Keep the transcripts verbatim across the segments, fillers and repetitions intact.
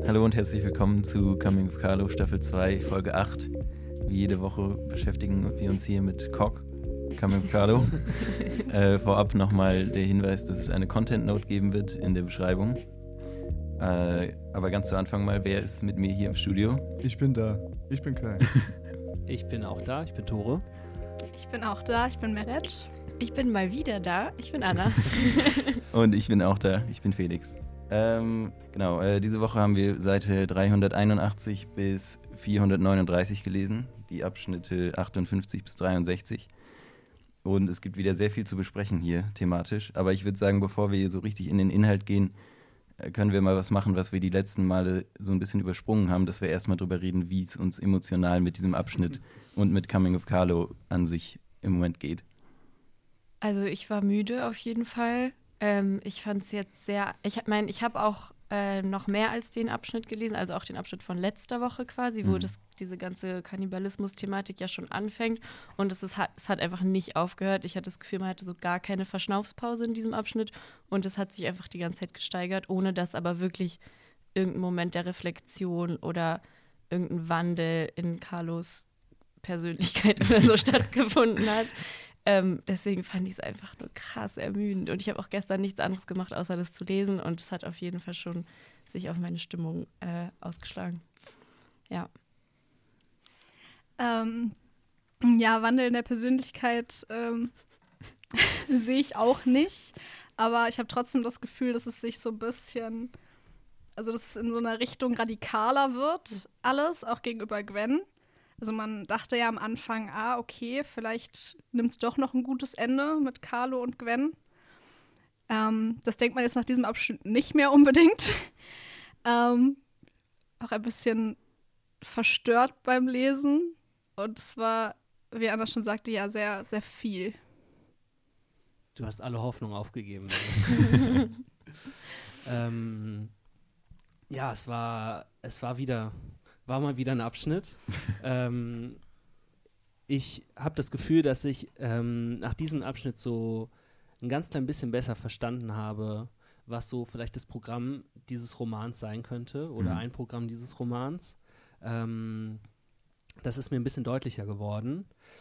Hallo und herzlich willkommen zu Coming of Carlo Staffel zwei, Folge acht. Wie jede Woche beschäftigen wir uns hier mit C O C, Coming of Carlo. äh, vorab nochmal der Hinweis, dass es eine Content Note geben wird in der Beschreibung. Äh, aber ganz zu Anfang mal, wer ist mit mir hier im Studio? Ich bin da, ich bin Kai. Ich bin auch da, ich bin Tore. Ich bin auch da, ich bin Meret. Ich bin mal wieder da, ich bin Anna. Und ich bin auch da, ich bin Felix. Ähm, genau, äh, diese Woche haben wir Seite dreihunderteinundachtzig bis vierhundertneununddreißig gelesen, die Abschnitte achtundfünfzig bis dreiundsechzig. Und es gibt wieder sehr viel zu besprechen hier thematisch. Aber ich würde sagen, bevor wir so richtig in den Inhalt gehen, äh, können wir mal was machen, was wir die letzten Male so ein bisschen übersprungen haben, dass wir erstmal drüber reden, wie es uns emotional mit diesem Abschnitt und mit Coming of Carlo an sich im Moment geht. Also ich war müde auf jeden Fall. Ähm, ich fand es jetzt sehr, ich meine, ich habe auch äh, noch mehr als den Abschnitt gelesen, also auch den Abschnitt von letzter Woche quasi, mhm. wo das, diese ganze Kannibalismus-Thematik ja schon anfängt und es, ist, es hat einfach nicht aufgehört. Ich hatte das Gefühl, man hatte so gar keine Verschnaufspause in diesem Abschnitt und es hat sich einfach die ganze Zeit gesteigert, ohne dass aber wirklich irgendein Moment der Reflexion oder irgendein Wandel in Carlos Persönlichkeit oder so stattgefunden hat. Ähm, deswegen fand ich es einfach nur krass ermüdend. Und ich habe auch gestern nichts anderes gemacht, außer das zu lesen. Und es hat auf jeden Fall schon sich auf meine Stimmung äh, ausgeschlagen. Ja. Ähm, ja, Wandel in der Persönlichkeit ähm, sehe ich auch nicht. Aber ich habe trotzdem das Gefühl, dass es sich so ein bisschen, also dass es in so einer Richtung radikaler wird, alles, auch gegenüber Gwen. Also man dachte ja am Anfang, ah, okay, vielleicht nimmt es doch noch ein gutes Ende mit Carlo und Gwen. Ähm, das denkt man jetzt nach diesem Abschnitt nicht mehr unbedingt. ähm, auch ein bisschen verstört beim Lesen. Und es war, wie Anna schon sagte, ja sehr, sehr viel. Du hast alle Hoffnung aufgegeben. ähm, ja, es war, es war wieder... War mal wieder ein Abschnitt. ähm, ich habe das Gefühl, dass ich ähm, nach diesem Abschnitt so ein ganz klein bisschen besser verstanden habe, was so vielleicht das Programm dieses Romans sein könnte oder mhm. ein Programm dieses Romans. Ähm, das ist mir ein bisschen deutlicher geworden.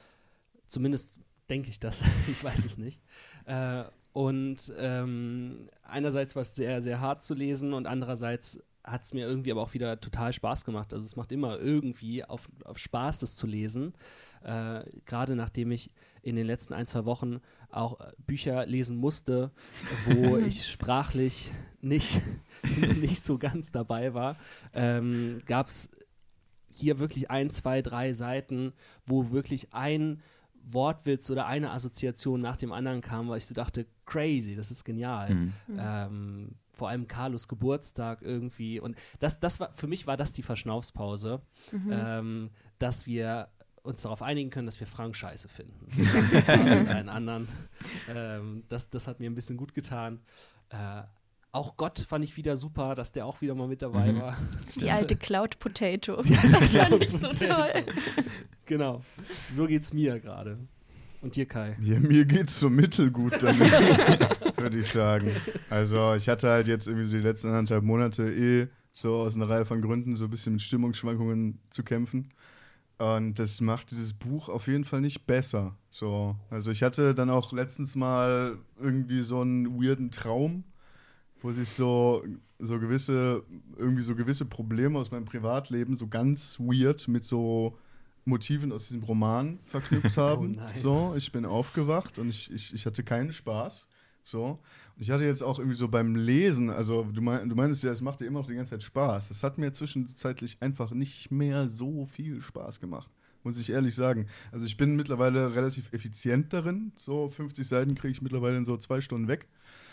Zumindest denke ich das. Ich weiß es nicht. Äh, und ähm, einerseits war es sehr, sehr hart zu lesen und andererseits hat es mir irgendwie aber auch wieder total Spaß gemacht. Also es macht immer irgendwie auf, auf Spaß, das zu lesen. Äh, gerade nachdem ich in den letzten ein, zwei Wochen auch äh, Bücher lesen musste, wo ich sprachlich nicht, nicht so ganz dabei war, ähm, gab es hier wirklich ein, zwei, drei Seiten, wo wirklich ein Wortwitz oder eine Assoziation nach dem anderen kam, weil ich so dachte, crazy, das ist genial. Mhm. Ähm, vor allem Carlos Geburtstag irgendwie. Und das, das war, für mich war das die Verschnaufspause, mhm. ähm, dass wir uns darauf einigen können, dass wir Frank scheiße finden. Zusammen mit allen anderen. Ähm, das, das hat mir ein bisschen gut getan. Äh, Auch Gott fand ich wieder super, dass der auch wieder mal mit dabei mhm. war. Die alte Cloud Potato. Ja, das Cloud fand ich so Potato. toll. Genau, so geht's mir gerade. Und dir, Kai? Ja, mir geht's so mittelgut damit, würde ich sagen. Also ich hatte halt jetzt irgendwie so die letzten anderthalb Monate eh so aus einer Reihe von Gründen so ein bisschen mit Stimmungsschwankungen zu kämpfen. Und das macht dieses Buch auf jeden Fall nicht besser. So, also ich hatte dann auch letztens mal irgendwie so einen weirden Traum, wo sich so, so gewisse, irgendwie so gewisse Probleme aus meinem Privatleben so ganz weird mit so Motiven aus diesem Roman verknüpft haben. Oh so, ich bin aufgewacht und ich, ich, ich hatte keinen Spaß. So. Und ich hatte jetzt auch irgendwie so beim Lesen, also du, mein, du meinst ja, es macht dir immer noch die ganze Zeit Spaß. Das hat mir zwischenzeitlich einfach nicht mehr so viel Spaß gemacht, muss ich ehrlich sagen. Also ich bin mittlerweile relativ effizient darin. So fünfzig Seiten kriege ich mittlerweile in so zwei Stunden weg.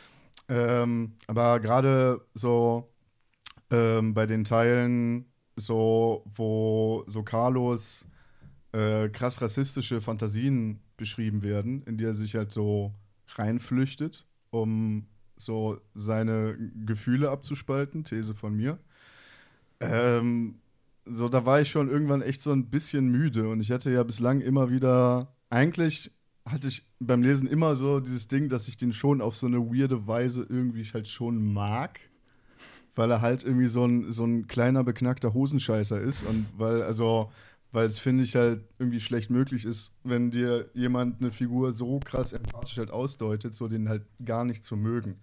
Ähm, aber gerade so ähm, bei den Teilen, so, wo so Carlos äh, krass rassistische Fantasien beschrieben werden, in die er sich halt so reinflüchtet, um so seine Gefühle abzuspalten, These von mir. Ähm, so, da war ich schon irgendwann echt so ein bisschen müde und ich hatte ja bislang immer wieder, eigentlich hatte ich beim Lesen immer so dieses Ding, dass ich den schon auf so eine weirde Weise irgendwie halt schon mag. weil er halt irgendwie so ein, so ein kleiner, beknackter Hosenscheißer ist und weil, also, weil es, finde ich, halt irgendwie schlecht möglich ist, wenn dir jemand eine Figur so krass empathisch halt ausdeutet, so den halt gar nicht zu mögen.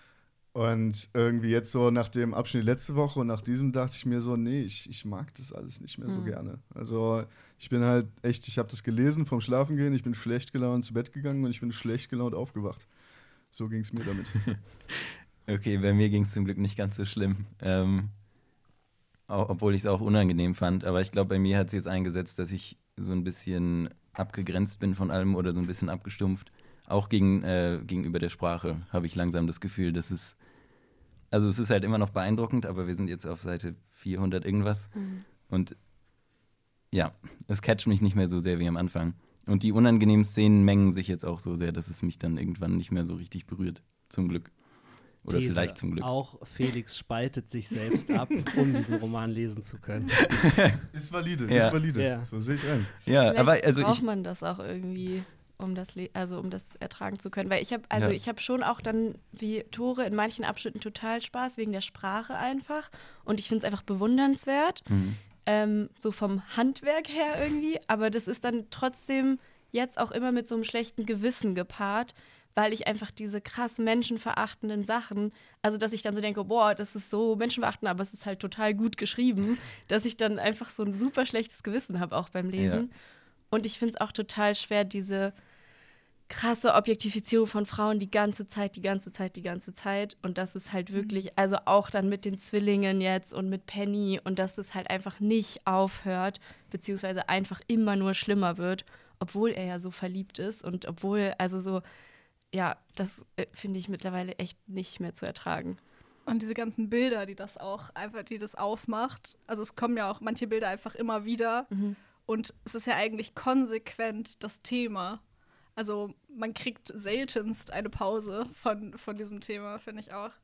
Und irgendwie jetzt so nach dem Abschnitt letzte Woche und nach diesem dachte ich mir so, nee, ich, ich mag das alles nicht mehr so Mhm. gerne. Also ich bin halt echt, ich habe das gelesen vom Schlafengehen, ich bin schlecht gelaunt zu Bett gegangen und ich bin schlecht gelaunt aufgewacht. So ging es mir damit. Okay, bei mir ging es zum Glück nicht ganz so schlimm. Ähm, auch, obwohl ich es auch unangenehm fand. Aber ich glaube, bei mir hat es jetzt eingesetzt, dass ich so ein bisschen abgegrenzt bin von allem oder so ein bisschen abgestumpft. Auch gegen, äh, gegenüber der Sprache habe ich langsam das Gefühl, dass es, also es ist halt immer noch beeindruckend, aber wir sind jetzt auf Seite vierhundert irgendwas. Mhm. Und ja, es catcht mich nicht mehr so sehr wie am Anfang. Und die unangenehmen Szenen mengen sich jetzt auch so sehr, dass es mich dann irgendwann nicht mehr so richtig berührt. Zum Glück. Oder These, vielleicht zum Glück. Auch Felix spaltet sich selbst ab, um diesen Roman lesen zu können. Ist valide, Ja. ist valide. Ja. So sehe ich ein. Ja, Vielleicht aber also braucht ich. man das auch irgendwie, um das, le- also um das ertragen zu können. Weil ich habe, also Ja. ich habe schon auch dann wie Tore in manchen Abschnitten total Spaß wegen der Sprache einfach. Und ich finde es einfach bewundernswert, Mhm. ähm, so vom Handwerk her irgendwie. Aber das ist dann trotzdem jetzt auch immer mit so einem schlechten Gewissen gepaart, weil ich einfach diese krass menschenverachtenden Sachen, also dass ich dann so denke, boah, das ist so menschenverachtend, aber es ist halt total gut geschrieben, dass ich dann einfach so ein super schlechtes Gewissen habe auch beim Lesen. Ja. Und ich finde es auch total schwer, diese krasse Objektifizierung von Frauen die ganze Zeit, die ganze Zeit, die ganze Zeit. Und das ist halt wirklich, also auch dann mit den Zwillingen jetzt und mit Penny und dass es halt einfach nicht aufhört, beziehungsweise einfach immer nur schlimmer wird, obwohl er ja so verliebt ist und obwohl, also so, ja, das äh, finde ich mittlerweile echt nicht mehr zu ertragen. Und diese ganzen Bilder, die das auch einfach, die das aufmacht. Also es kommen ja auch manche Bilder einfach immer wieder. Mhm. Und es ist ja eigentlich konsequent das Thema. Also man kriegt seltenst eine Pause von, von diesem Thema, finde ich auch.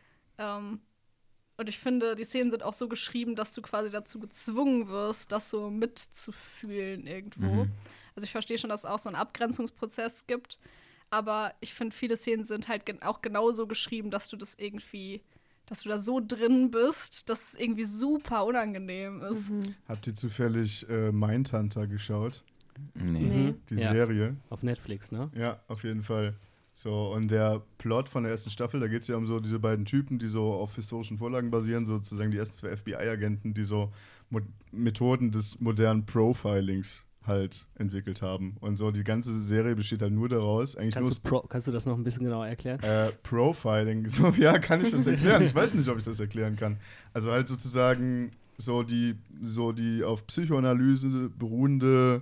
Ähm, und ich finde, die Szenen sind auch so geschrieben, dass du quasi dazu gezwungen wirst, das so mitzufühlen irgendwo. Mhm. Also ich verstehe schon, dass es auch so einen Abgrenzungsprozess gibt. Aber ich finde, viele Szenen sind halt gen- auch genauso geschrieben, dass du das irgendwie, dass du da so drin bist, dass es irgendwie super unangenehm ist. Mhm. Habt ihr zufällig äh, Mindhunter geschaut? Nee. Nee. Die Ja. Serie? Auf Netflix, ne? Ja, auf jeden Fall. So, und der Plot von der ersten Staffel, da geht es ja um so diese beiden Typen, die so auf historischen Vorlagen basieren, sozusagen die ersten zwei F B I-Agenten, die so Mo- Methoden des modernen Profilings halt entwickelt haben. Und so die ganze Serie besteht halt nur daraus, eigentlich Kannst du, nur pro, kannst du das noch ein bisschen genauer erklären? äh, Profiling. So, ja, kann ich das erklären? Ich weiß nicht, ob ich das erklären kann. Also halt sozusagen so die, so die auf Psychoanalyse beruhende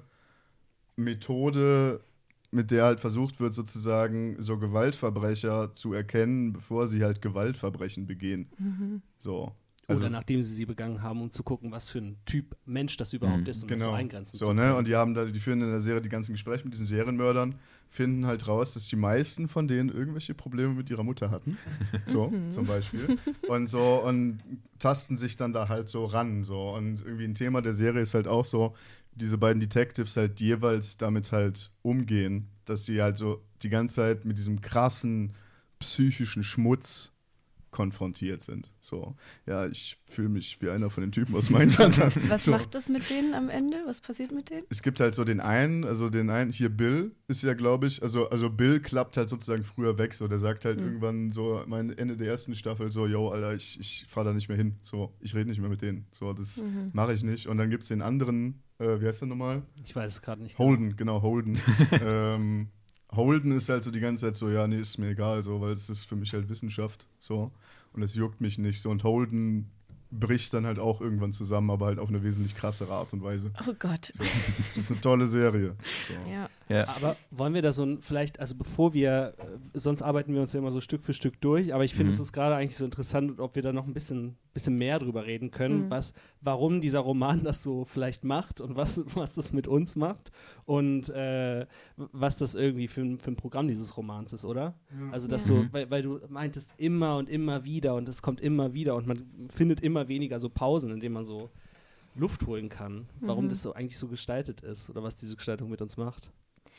Methode, mit der halt versucht wird, sozusagen so Gewaltverbrecher zu erkennen, bevor sie halt Gewaltverbrechen begehen. Mhm. So. Also, Oder nachdem sie sie begangen haben, um zu gucken, was für ein Typ Mensch das überhaupt Mhm. ist, um das so genau. eingrenzen So, zu ne? können. Und die haben da, die führen in der Serie die ganzen Gespräche mit diesen Serienmördern, finden halt raus, dass die meisten von denen irgendwelche Probleme mit ihrer Mutter hatten. So, zum Beispiel. Und so, und tasten sich dann da halt so ran. So. Und irgendwie ein Thema der Serie ist halt auch so, diese beiden Detectives halt jeweils damit halt umgehen, dass sie halt so die ganze Zeit mit diesem krassen psychischen Schmutz konfrontiert sind. So, ja, ich fühle mich wie einer von den Typen aus Mindhunter. Was so. macht das mit denen am Ende? Was passiert mit denen? Es gibt halt so den einen, also den einen, hier Bill ist ja, glaube ich, also, also Bill klappt halt sozusagen früher weg, so, der sagt halt Mhm. irgendwann so, mein Ende der ersten Staffel so, yo, Alter, ich, ich fahre da nicht mehr hin, so, ich rede nicht mehr mit denen, so, das Mhm. mache ich nicht. Und dann gibt es den anderen, äh, wie heißt der nochmal? Ich weiß es gerade nicht. Holden, genau, Holden. ähm, Holden ist halt so die ganze Zeit so, ja, nee, ist mir egal, so, weil es ist für mich halt Wissenschaft, so, und es juckt mich nicht, so, und Holden bricht dann halt auch irgendwann zusammen, aber halt auf eine wesentlich krassere Art und Weise. Oh Gott. So. Das ist eine tolle Serie. So. Ja. Ja. Aber wollen wir da so ein, vielleicht, also bevor wir, äh, sonst arbeiten wir uns ja immer so Stück für Stück durch, aber ich finde, Mhm. es ist gerade eigentlich so interessant, ob wir da noch ein bisschen, bisschen mehr drüber reden können, Mhm. was, warum dieser Roman das so vielleicht macht und was, was das mit uns macht und äh, was das irgendwie für, ein- für ein Programm dieses Romans ist, oder? Also, dass Ja. so, Mhm. weil, weil du meintest immer und immer wieder und es kommt immer wieder und man findet immer weniger so Pausen, in denen man so Luft holen kann, warum Mhm. das so eigentlich so gestaltet ist oder was diese Gestaltung mit uns macht.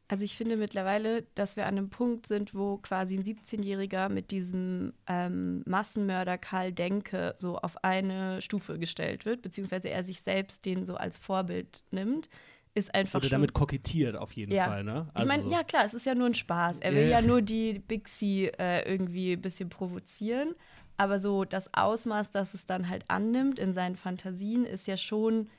Also ich finde mittlerweile, dass wir an einem Punkt sind, wo quasi ein siebzehnjähriger mit diesem ähm, Massenmörder Karl Denke so auf eine Stufe gestellt wird, beziehungsweise er sich selbst den so als Vorbild nimmt, ist einfach Oder schon... damit kokettiert auf jeden ja. Fall, ne? Ich meine, so. ja klar, es ist ja nur ein Spaß. Er will Ja. ja nur die Big C äh, irgendwie ein bisschen provozieren, aber so das Ausmaß, das es dann halt annimmt in seinen Fantasien, ist ja schon...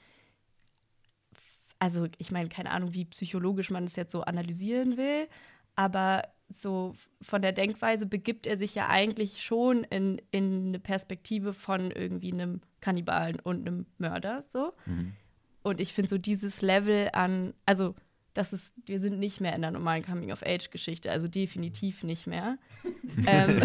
Also ich meine, keine Ahnung, wie psychologisch man es jetzt so analysieren will, aber so von der Denkweise begibt er sich ja eigentlich schon in, in eine Perspektive von irgendwie einem Kannibalen und einem Mörder, so. Mhm. Und ich finde so dieses Level an, also das ist, wir sind nicht mehr in der normalen Coming-of-Age-Geschichte, also definitiv nicht mehr. ähm,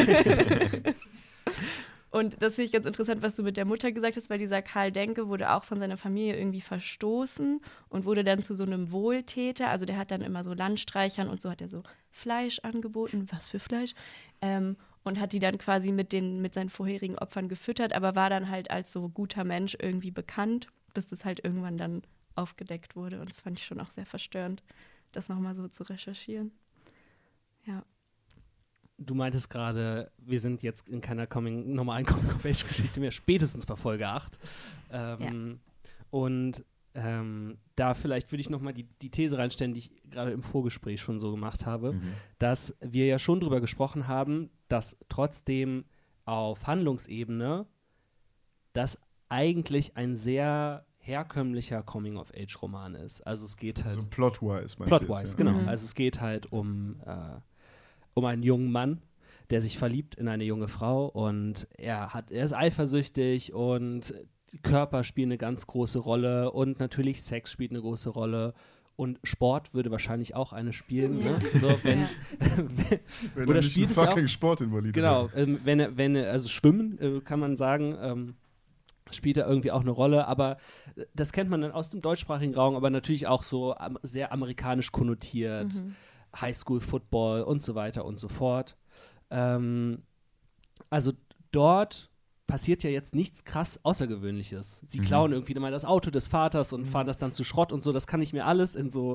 Und das finde ich ganz interessant, was du mit der Mutter gesagt hast, weil dieser Karl Denke wurde auch von seiner Familie irgendwie verstoßen und wurde dann zu so einem Wohltäter. Also der hat dann immer so Landstreichern und so hat er so Fleisch angeboten. Was für Fleisch? Ähm, und hat die dann quasi mit, den, mit seinen vorherigen Opfern gefüttert, aber war dann halt als so guter Mensch irgendwie bekannt, bis das halt irgendwann dann aufgedeckt wurde. Und das fand ich schon auch sehr verstörend, das nochmal so zu recherchieren. Ja. Du meintest gerade, wir sind jetzt in keiner Coming, normalen Coming-of-Age-Geschichte mehr, spätestens bei Folge acht. Ähm, ja. Und ähm, da vielleicht würde ich nochmal die, die These reinstellen, die ich gerade im Vorgespräch schon so gemacht habe, mhm. dass wir ja schon drüber gesprochen haben, dass trotzdem auf Handlungsebene das eigentlich ein sehr herkömmlicher Coming-of-Age-Roman ist. Also es geht halt... Also plot-wise, meinst Plot-wise, ja. genau. Mhm. Also es geht halt um... Äh, um einen jungen Mann, der sich verliebt in eine junge Frau und er hat, er ist eifersüchtig und Körper spielt eine ganz große Rolle und natürlich Sex spielt eine große Rolle und Sport würde wahrscheinlich auch eine spielen. Ja. Ne? So, wenn, Ja. Wenn oder nicht spielt ein es ja fucking auch, Sport involviert. genau, ähm, wenn er, wenn er, also Schwimmen äh, kann man sagen, ähm, spielt da irgendwie auch eine Rolle, aber das kennt man dann aus dem deutschsprachigen Raum, aber natürlich auch so am, sehr amerikanisch konnotiert. Mhm. Highschool-Football und so weiter und so fort. Ähm, also dort passiert ja jetzt nichts krass Außergewöhnliches. Sie Mhm. klauen irgendwie mal das Auto des Vaters und mhm. fahren das dann zu Schrott und so. Das kann ich mir alles in so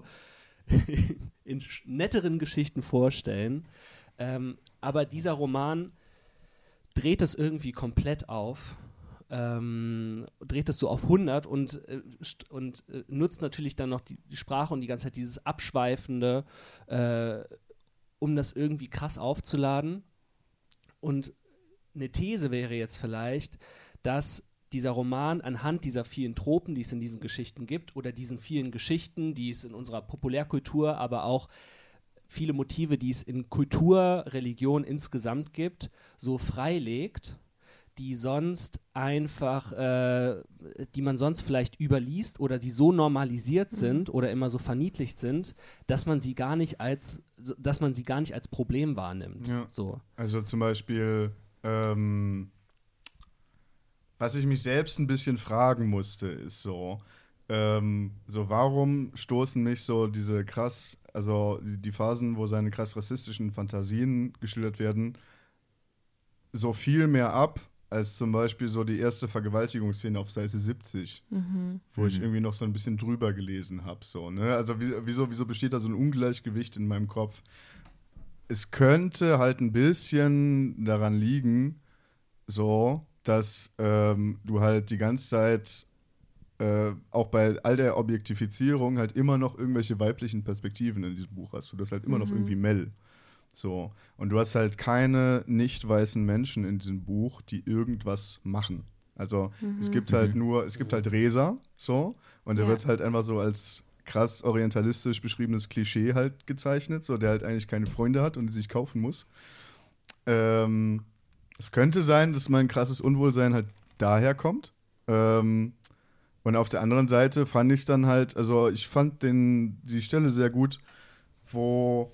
in netteren Geschichten vorstellen. Ähm, aber dieser Roman dreht es irgendwie komplett auf. Ähm, dreht es so auf hundert und, äh, st- und äh, nutzt natürlich dann noch die, die Sprache und die ganze Zeit dieses Abschweifende, äh, um das irgendwie krass aufzuladen. Und eine These wäre jetzt vielleicht, dass dieser Roman anhand dieser vielen Tropen, die es in diesen Geschichten gibt, oder diesen vielen Geschichten, die es in unserer Populärkultur, aber auch viele Motive, die es in Kultur, Religion insgesamt gibt, so freilegt, die sonst einfach, äh, die man sonst vielleicht überliest oder die so normalisiert Mhm. sind oder immer so verniedlicht sind, dass man sie gar nicht als, so- dass man sie gar nicht als Problem wahrnimmt. Ja. So. Also zum Beispiel, ähm, was ich mich selbst ein bisschen fragen musste, ist so, ähm, so warum stoßen mich so diese krass, also die, die Phasen, wo seine krass rassistischen Fantasien geschildert werden, so viel mehr ab, als zum Beispiel so die erste Vergewaltigungsszene auf Seite siebzig, Mhm. wo ich Mhm. irgendwie noch so ein bisschen drüber gelesen habe. So, ne? Also wie- wieso, wieso besteht da so ein Ungleichgewicht in meinem Kopf? Es könnte halt ein bisschen daran liegen, so, dass ähm, du halt die ganze Zeit äh, auch bei all der Objektifizierung halt immer noch irgendwelche weiblichen Perspektiven in diesem Buch hast. Du das halt immer noch Mhm. irgendwie Mel. So. Und du hast halt keine nicht weißen Menschen in diesem Buch, die irgendwas machen. Also Mhm. es gibt halt Mhm. nur, es gibt halt Reza, so, und der Ja. wird halt einfach so als krass orientalistisch beschriebenes Klischee halt gezeichnet, so der halt eigentlich keine Freunde hat und die sich kaufen muss. Ähm, es könnte sein, dass mein krasses Unwohlsein halt daher kommt. Ähm, und auf der anderen Seite fand ich es dann halt, also ich fand den, die Stelle sehr gut, wo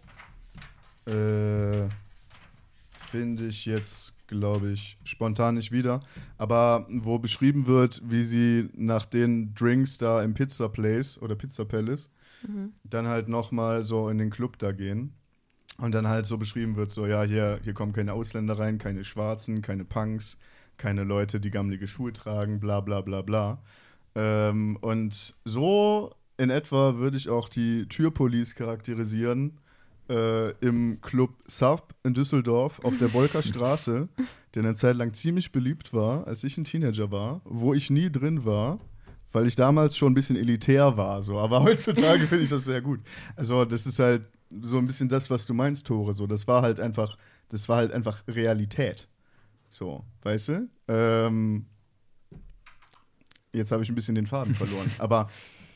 äh, finde ich jetzt, glaube ich, spontan nicht wieder, aber wo beschrieben wird, wie sie nach den Drinks da im Pizza Place oder Pizza Palace Mhm. dann halt nochmal so in den Club da gehen und dann halt so beschrieben wird, so ja, hier, hier kommen keine Ausländer rein, keine Schwarzen, keine Punks, keine Leute, die gammelige Schuhe tragen, bla bla bla bla. Ähm, und so in etwa würde ich auch die Türpolice charakterisieren äh, im Club Sub in Düsseldorf auf der Bolker Straße, der eine Zeit lang ziemlich beliebt war, als ich ein Teenager war, wo ich nie drin war, weil ich damals schon ein bisschen elitär war. So. Aber heutzutage finde ich das sehr gut. Also das ist halt so ein bisschen das, was du meinst, Tore. So. Das war halt einfach, das war halt einfach Realität. So, weißt du? Ähm, jetzt habe ich ein bisschen den Faden verloren. Aber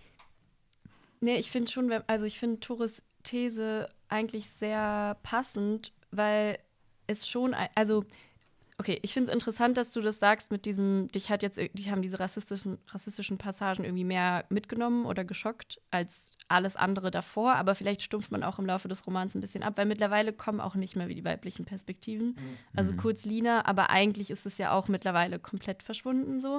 nee, ich finde schon, also ich finde Tores These eigentlich sehr passend, weil es schon, also okay, ich finde es interessant, dass du das sagst mit diesem, dich hat jetzt, die haben diese rassistischen, rassistischen Passagen irgendwie mehr mitgenommen oder geschockt als alles andere davor, aber vielleicht stumpft man auch im Laufe des Romans ein bisschen ab, weil mittlerweile kommen auch nicht mehr wie die weiblichen Perspektiven. Mhm. Also kurz Lina, aber eigentlich ist es ja auch mittlerweile komplett verschwunden so.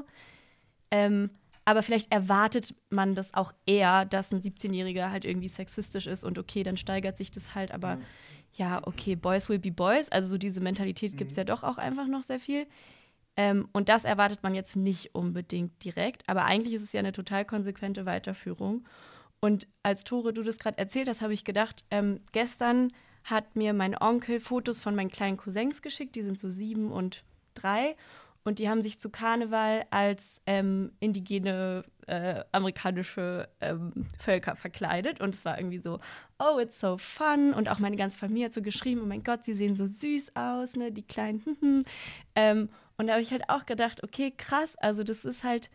Ähm, aber vielleicht erwartet man das auch eher, dass ein siebzehnjähriger halt irgendwie sexistisch ist und okay, dann steigert sich das halt, aber mhm. ja, okay, Boys will be Boys, also so diese Mentalität mhm. gibt es ja doch auch einfach noch sehr viel. Ähm, und das erwartet man jetzt nicht unbedingt direkt, aber eigentlich ist es ja eine total konsequente Weiterführung. Und als Tore, du das gerade erzählt hast, habe ich gedacht, ähm, gestern hat mir mein Onkel Fotos von meinen kleinen Cousins geschickt, die sind so sieben und drei. Und die haben sich zu Karneval als ähm, indigene äh, amerikanische ähm, Völker verkleidet. Und es war irgendwie so, oh, it's so fun. Und auch meine ganze Familie hat so geschrieben, oh mein Gott, sie sehen so süß aus, ne, die kleinen. ähm, und da habe ich halt auch gedacht, okay, krass, also das ist halt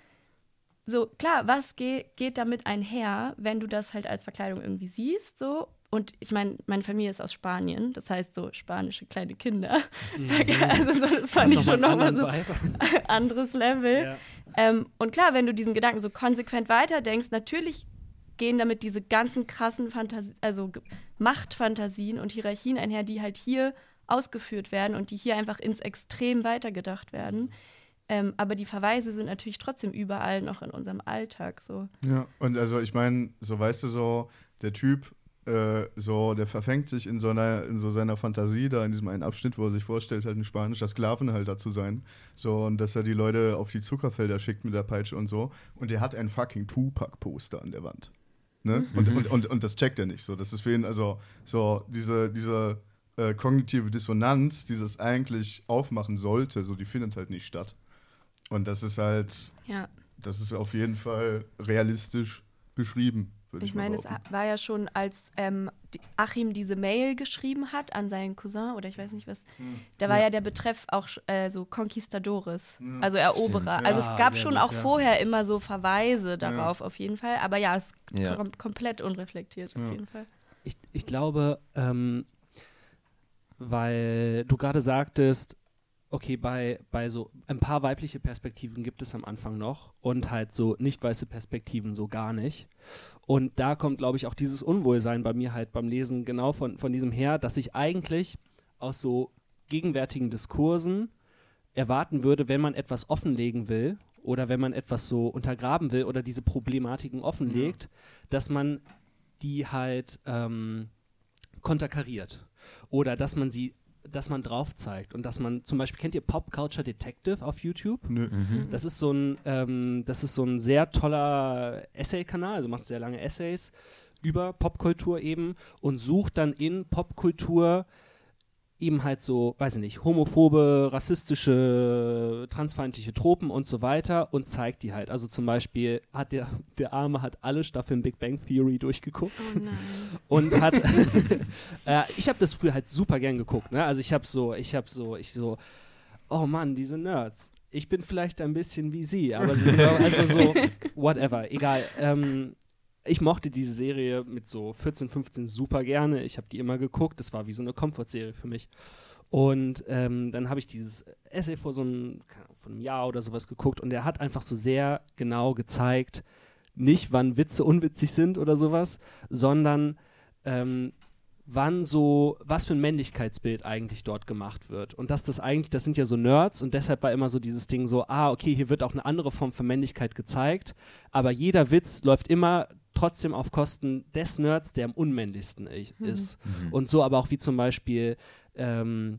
so, klar, was ge- geht damit einher, wenn du das halt als Verkleidung irgendwie siehst, so. Und ich meine, meine Familie ist aus Spanien, das heißt so spanische kleine Kinder. Mhm. Also so, das fand ich schon nochmal so ein anderes Level. Ja. Ähm, und klar, wenn du diesen Gedanken so konsequent weiterdenkst, natürlich gehen damit diese ganzen krassen Fantasien, also Machtfantasien und Hierarchien einher, die halt hier ausgeführt werden und die hier einfach ins Extrem weitergedacht werden. Ähm, aber die Verweise sind natürlich trotzdem überall noch in unserem Alltag so. Ja, und also ich meine, so weißt du so, der Typ so, der verfängt sich in so einer, in so seiner Fantasie da in diesem einen Abschnitt, wo er sich vorstellt, halt ein spanischer Sklavenhalter zu sein. So, und dass er die Leute auf die Zuckerfelder schickt mit der Peitsche und so. Und er hat ein fucking Tupac-Poster an der Wand. Ne? Mhm. Und, und, und, und das checkt er nicht. So, das ist für ihn, also, so, diese, diese äh, kognitive Dissonanz, die das eigentlich aufmachen sollte, so, die findet halt nicht statt. Und das ist halt, ja. das ist auf jeden Fall realistisch beschrieben. Ich, ich meine, es war ja schon, als ähm, die Achim diese Mail geschrieben hat an seinen Cousin oder ich weiß nicht was, hm. da war ja, ja der Betreff auch äh, so Conquistadores, ja. also Eroberer. Ja. Also es gab schon gut, auch ja. vorher immer so Verweise darauf ja. auf jeden Fall, aber ja, es ist ja. kom- komplett unreflektiert auf ja. jeden Fall. Ich, ich glaube, ähm, weil du gerade sagtest, okay, bei, bei so ein paar weibliche Perspektiven gibt es am Anfang noch und halt so nicht weiße Perspektiven so gar nicht. Und da kommt, glaube ich, auch dieses Unwohlsein bei mir halt beim Lesen genau von, von diesem her, dass ich eigentlich aus so gegenwärtigen Diskursen erwarten würde, wenn man etwas offenlegen will oder wenn man etwas so untergraben will oder diese Problematiken offenlegt, ja. dass man die halt ähm, konterkariert oder dass man sie dass man drauf zeigt und dass man zum Beispiel, kennt ihr Pop Culture Detective auf YouTube? Nö. Mhm. Das ist so ein, ähm, das ist so ein sehr toller Essay-Kanal, also macht sehr lange Essays über Popkultur eben und sucht dann in Popkultur eben halt so, weiß ich nicht, homophobe, rassistische, transfeindliche Tropen und so weiter und zeigt die halt. Also zum Beispiel hat der, der Arme hat alle Staffeln Big Bang Theory durchgeguckt. Oh nein. Und hat, äh, ich habe das früher halt super gern geguckt, ne? Also ich habe so, ich habe so, ich so, oh Mann, diese Nerds. Ich bin vielleicht ein bisschen wie sie, aber sie sind auch, also so, whatever, egal. Ähm, Ich mochte diese Serie mit so vierzehn, fünfzehn super gerne. Ich habe die immer geguckt. Das war wie so eine Comfort-Serie für mich. Und ähm, dann habe ich dieses Essay vor so einem, keine Ahnung, vor einem Jahr oder sowas geguckt und der hat einfach so sehr genau gezeigt, nicht wann Witze unwitzig sind oder sowas, sondern ähm, wann so, was für ein Männlichkeitsbild eigentlich dort gemacht wird. Und dass das eigentlich, das sind ja so Nerds und deshalb war immer so dieses Ding so, ah, okay, hier wird auch eine andere Form von Männlichkeit gezeigt, aber jeder Witz läuft immer trotzdem auf Kosten des Nerds, der am unmännlichsten ist. Mhm. Und so aber auch wie zum Beispiel ähm,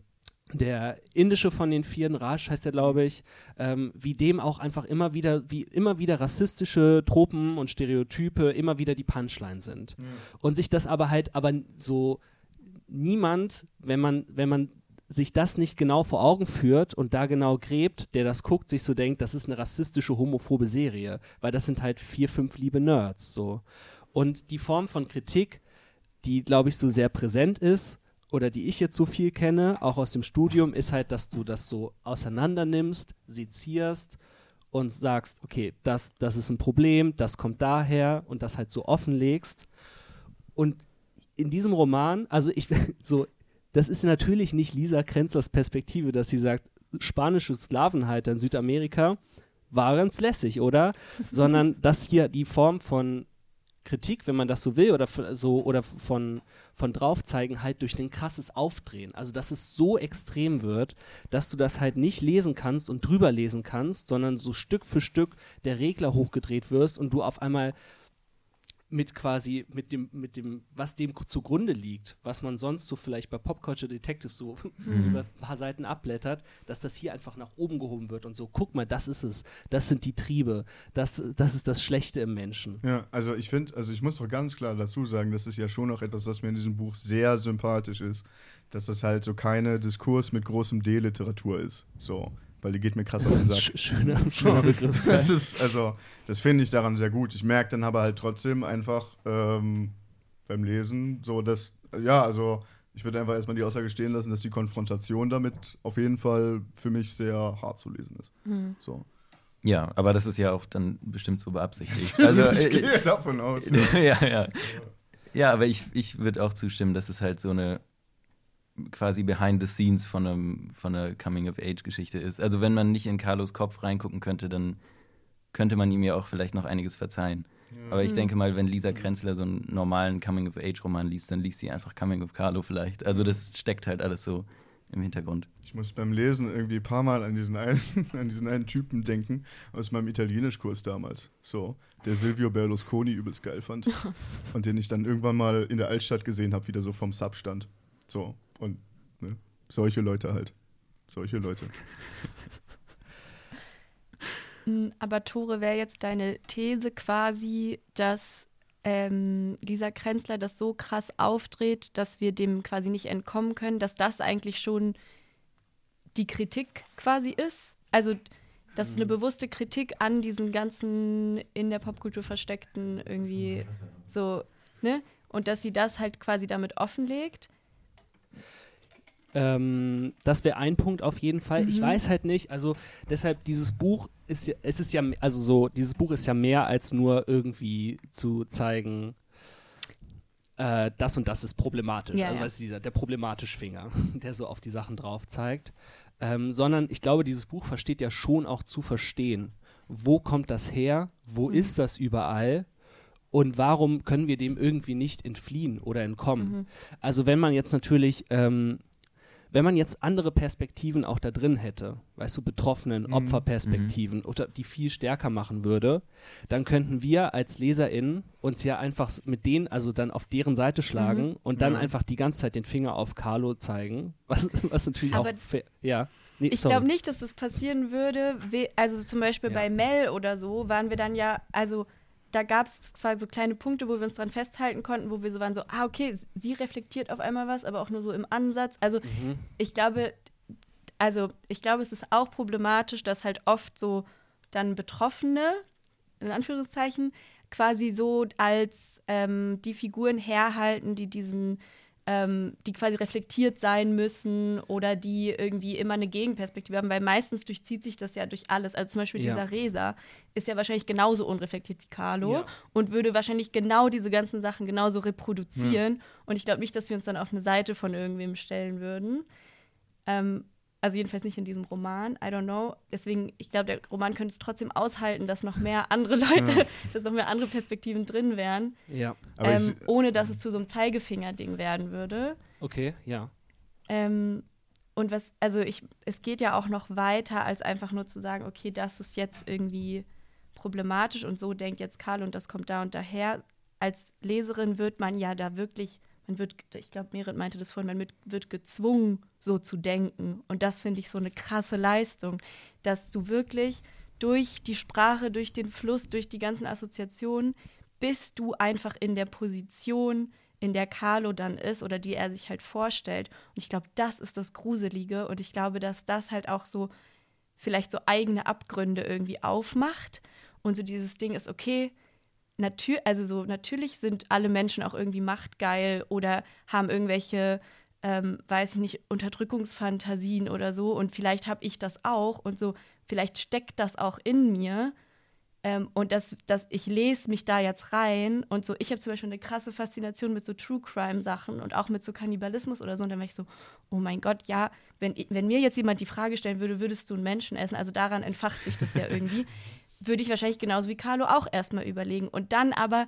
der indische von den Vieren, Raj heißt der, glaube ich, ähm, wie dem auch einfach immer wieder, wie immer wieder rassistische Tropen und Stereotype immer wieder die Punchline sind. Ja. Und sich das aber halt, aber so niemand, wenn man, wenn man sich das nicht genau vor Augen führt und da genau gräbt, der das guckt, sich so denkt, das ist eine rassistische, homophobe Serie, weil das sind halt vier, fünf liebe Nerds, so. Und die Form von Kritik, die, glaube ich, so sehr präsent ist, oder die ich jetzt so viel kenne, auch aus dem Studium, ist halt, dass du das so auseinander nimmst, sezierst und sagst, okay, das, das ist ein Problem, das kommt daher und das halt so offenlegst. Und in diesem Roman, also ich, so, das ist natürlich nicht Lisa Kränzlers Perspektive, dass sie sagt, spanische Sklavenhalter in Südamerika war ganz lässig, oder? Sondern dass hier die Form von Kritik, wenn man das so will, oder f- so oder von, von draufzeigen, halt durch ein krasses Aufdrehen. Also, dass es so extrem wird, dass du das halt nicht lesen kannst und drüber lesen kannst, sondern so Stück für Stück der Regler hochgedreht wirst und du auf einmal mit quasi, mit dem, mit dem, was dem zugrunde liegt, was man sonst so vielleicht bei Pop Culture Detective so mhm. über ein paar Seiten abblättert, dass das hier einfach nach oben gehoben wird und so, guck mal, das ist es, das sind die Triebe, das, das ist das Schlechte im Menschen. Ja, also ich finde, also ich muss doch ganz klar dazu sagen, das ist ja schon noch etwas, was mir in diesem Buch sehr sympathisch ist, dass das halt so keine Diskurs mit großem D-Literatur ist, so. Weil die geht mir krass auf den Sack. Schöner, schöner Begriff. Das ist, also, das finde ich daran sehr gut. Ich merke dann aber halt trotzdem einfach ähm, beim Lesen so, dass, ja, also ich würde einfach erstmal die Aussage stehen lassen, dass die Konfrontation damit auf jeden Fall für mich sehr hart zu lesen ist. Mhm. So. Ja, aber das ist ja auch dann bestimmt so beabsichtigt. Also, ich gehe äh, davon aus. Ja, ja. Ja, ja, aber ich, ich würde auch zustimmen, dass es halt so eine quasi behind the scenes von, einem, von einer Coming-of-Age-Geschichte ist. Also wenn man nicht in Carlos Kopf reingucken könnte, dann könnte man ihm ja auch vielleicht noch einiges verzeihen. Ja. Aber ich denke mal, wenn Lisa Kränzler so einen normalen Coming-of-Age-Roman liest, dann liest sie einfach Coming of Carlo vielleicht. Also das steckt halt alles so im Hintergrund. Ich muss beim Lesen irgendwie ein paar Mal an diesen einen, an diesen einen Typen denken aus meinem Italienischkurs damals. So, der Silvio Berlusconi übelst geil fand. Und den ich dann irgendwann mal in der Altstadt gesehen habe, wie der so vom Sub stand. So. Und ne, solche Leute halt. Solche Leute. Aber Tore, wäre jetzt deine These quasi, dass ähm, Lisa Kränzler das so krass aufdreht, dass wir dem quasi nicht entkommen können, dass das eigentlich schon die Kritik quasi ist? Also, dass es eine bewusste Kritik an diesen ganzen in der Popkultur versteckten irgendwie so, ne? Und dass sie das halt quasi damit offenlegt? Ähm, das wäre ein Punkt auf jeden Fall. Mhm. Ich weiß halt nicht, also deshalb dieses Buch ist ja, es ist ja, also so, dieses Buch ist ja mehr als nur irgendwie zu zeigen, äh, das und das ist problematisch. Ja, also ja. weißt du, dieser, der problematische Finger, der so auf die Sachen drauf zeigt. Ähm, sondern ich glaube, dieses Buch versteht ja schon auch zu verstehen, wo kommt das her, wo mhm. ist das überall? Und warum können wir dem irgendwie nicht entfliehen oder entkommen? Mhm. Also wenn man jetzt natürlich, ähm, wenn man jetzt andere Perspektiven auch da drin hätte, weißt du, Betroffenen, mhm. Opferperspektiven, mhm. oder die viel stärker machen würde, dann könnten wir als LeserInnen uns ja einfach mit denen, also dann auf deren Seite schlagen mhm. und dann ja. einfach die ganze Zeit den Finger auf Carlo zeigen, was, was natürlich Aber auch fair, ja. Nee, ich glaube nicht, dass das passieren würde, we- also zum Beispiel ja. bei Mel oder so, waren wir dann ja, also da gab es zwar so kleine Punkte, wo wir uns dran festhalten konnten, wo wir so waren so, ah, okay, sie reflektiert auf einmal was, aber auch nur so im Ansatz. Also mhm. ich glaube, also ich glaube, es ist auch problematisch, dass halt oft so dann Betroffene, in Anführungszeichen, quasi so als ähm, die Figuren herhalten, die diesen Ähm, die quasi reflektiert sein müssen oder die irgendwie immer eine Gegenperspektive haben, weil meistens durchzieht sich das ja durch alles. Also zum Beispiel ja. dieser Reza ist ja wahrscheinlich genauso unreflektiert wie Carlo ja. und würde wahrscheinlich genau diese ganzen Sachen genauso reproduzieren. Ja. Und ich glaube nicht, dass wir uns dann auf eine Seite von irgendwem stellen würden. Ähm, also jedenfalls nicht in diesem Roman, I don't know. Deswegen, ich glaube, der Roman könnte es trotzdem aushalten, dass noch mehr andere Leute, ja. dass noch mehr andere Perspektiven drin wären. Ja. Ähm, ohne dass es zu so einem Zeigefinger-Ding werden würde. Okay, ja. Ähm, und was, also ich, es geht ja auch noch weiter, als einfach nur zu sagen, okay, das ist jetzt irgendwie problematisch und so denkt jetzt Karl und das kommt da und daher. Als Leserin wird man ja da wirklich, man wird, ich glaube, Merit meinte das vorhin, man wird, wird gezwungen, so zu denken. Und das finde ich so eine krasse Leistung, dass du wirklich durch die Sprache, durch den Fluss, durch die ganzen Assoziationen, bist du einfach in der Position, in der Carlo dann ist oder die er sich halt vorstellt. Und ich glaube, das ist das Gruselige. Und ich glaube, dass das halt auch so vielleicht so eigene Abgründe irgendwie aufmacht. Und so dieses Ding ist, okay, natür- also so natürlich sind alle Menschen auch irgendwie machtgeil oder haben irgendwelche, ähm, weiß ich nicht, Unterdrückungsfantasien oder so. Und vielleicht habe ich das auch und so, vielleicht steckt das auch in mir. Ähm, und das, das, ich lese mich da jetzt rein und so, ich habe zum Beispiel eine krasse Faszination mit so True-Crime-Sachen und auch mit so Kannibalismus oder so. Und dann war ich so, oh mein Gott, ja, wenn, wenn mir jetzt jemand die Frage stellen würde, würdest du einen Menschen essen? Also daran entfacht sich das ja irgendwie. Würde ich wahrscheinlich genauso wie Carlo auch erstmal überlegen. Und dann aber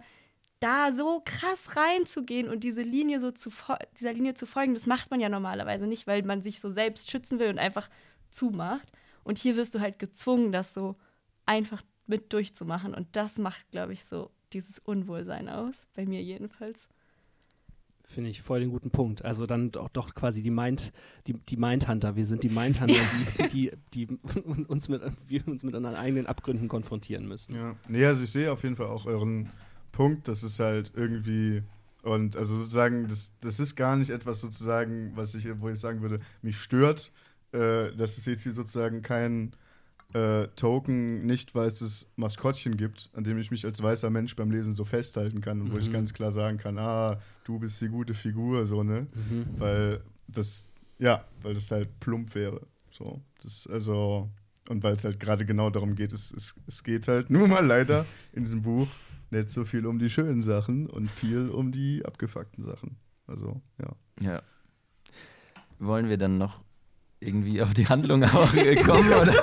da so krass reinzugehen und diese Linie so zu dieser Linie zu folgen, das macht man ja normalerweise nicht, weil man sich so selbst schützen will und einfach zumacht. Und hier wirst du halt gezwungen, das so einfach mit durchzumachen. Und das macht, glaube ich, so dieses Unwohlsein aus. Bei mir jedenfalls. Finde ich voll den guten Punkt. Also dann doch, doch quasi die Mind, die, die Mindhunter. Wir sind die Mindhunter, ja. die, die, die uns mit, wir uns mit unseren eigenen Abgründen konfrontieren müssen. Ja, nee, also ich sehe auf jeden Fall auch euren Punkt, dass es halt irgendwie und also sozusagen, das, das ist gar nicht etwas sozusagen, was ich, wo ich sagen würde, mich stört, äh, dass es jetzt hier sozusagen kein Äh, Token nicht weißes Maskottchen gibt, an dem ich mich als weißer Mensch beim Lesen so festhalten kann und mhm. wo ich ganz klar sagen kann, ah, du bist die gute Figur, so, ne? Mhm. Weil das, ja, weil das halt plump wäre. So, das, also, und weil es halt gerade genau darum geht, es, es, es geht halt nur mal leider in diesem Buch nicht so viel um die schönen Sachen und viel um die abgefuckten Sachen. Also, ja. Ja. Wollen wir dann noch irgendwie auf die Handlung auch kommen, oder?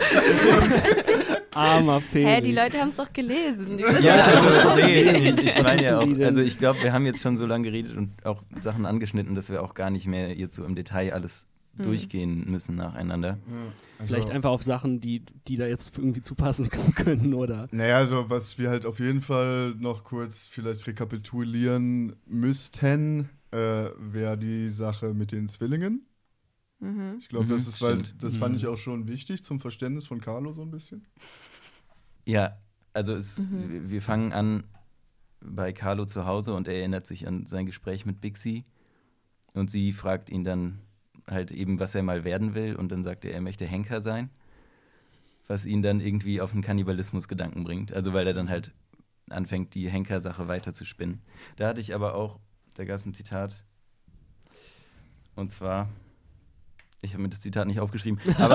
Armer Felix. Hä, die Leute haben es doch gelesen. Ja, also, nee, ich meine ja auch, also ich glaube, wir haben jetzt schon so lange geredet und auch Sachen angeschnitten, dass wir auch gar nicht mehr jetzt so im Detail alles hm. durchgehen müssen nacheinander. Ja, also vielleicht einfach auf Sachen, die, die da jetzt irgendwie zu passen können, oder? Naja, also was wir halt auf jeden Fall noch kurz vielleicht rekapitulieren müssten, äh, wäre die Sache mit den Zwillingen. Mhm. Ich glaube, mhm, das ist, weil das fand mhm. ich auch schon wichtig zum Verständnis von Carlo so ein bisschen. Ja, also es, Mhm. wir fangen an bei Carlo zu Hause und er erinnert sich an sein Gespräch mit Bixi und sie fragt ihn dann halt eben, was er mal werden will und dann sagt er, er möchte Henker sein, was ihn dann irgendwie auf einen Kannibalismus-Gedanken bringt, also weil er dann halt anfängt, die Henker-Sache weiter zu spinnen. Da hatte ich aber auch, da gab es ein Zitat und zwar, ich habe mir das Zitat nicht aufgeschrieben, aber,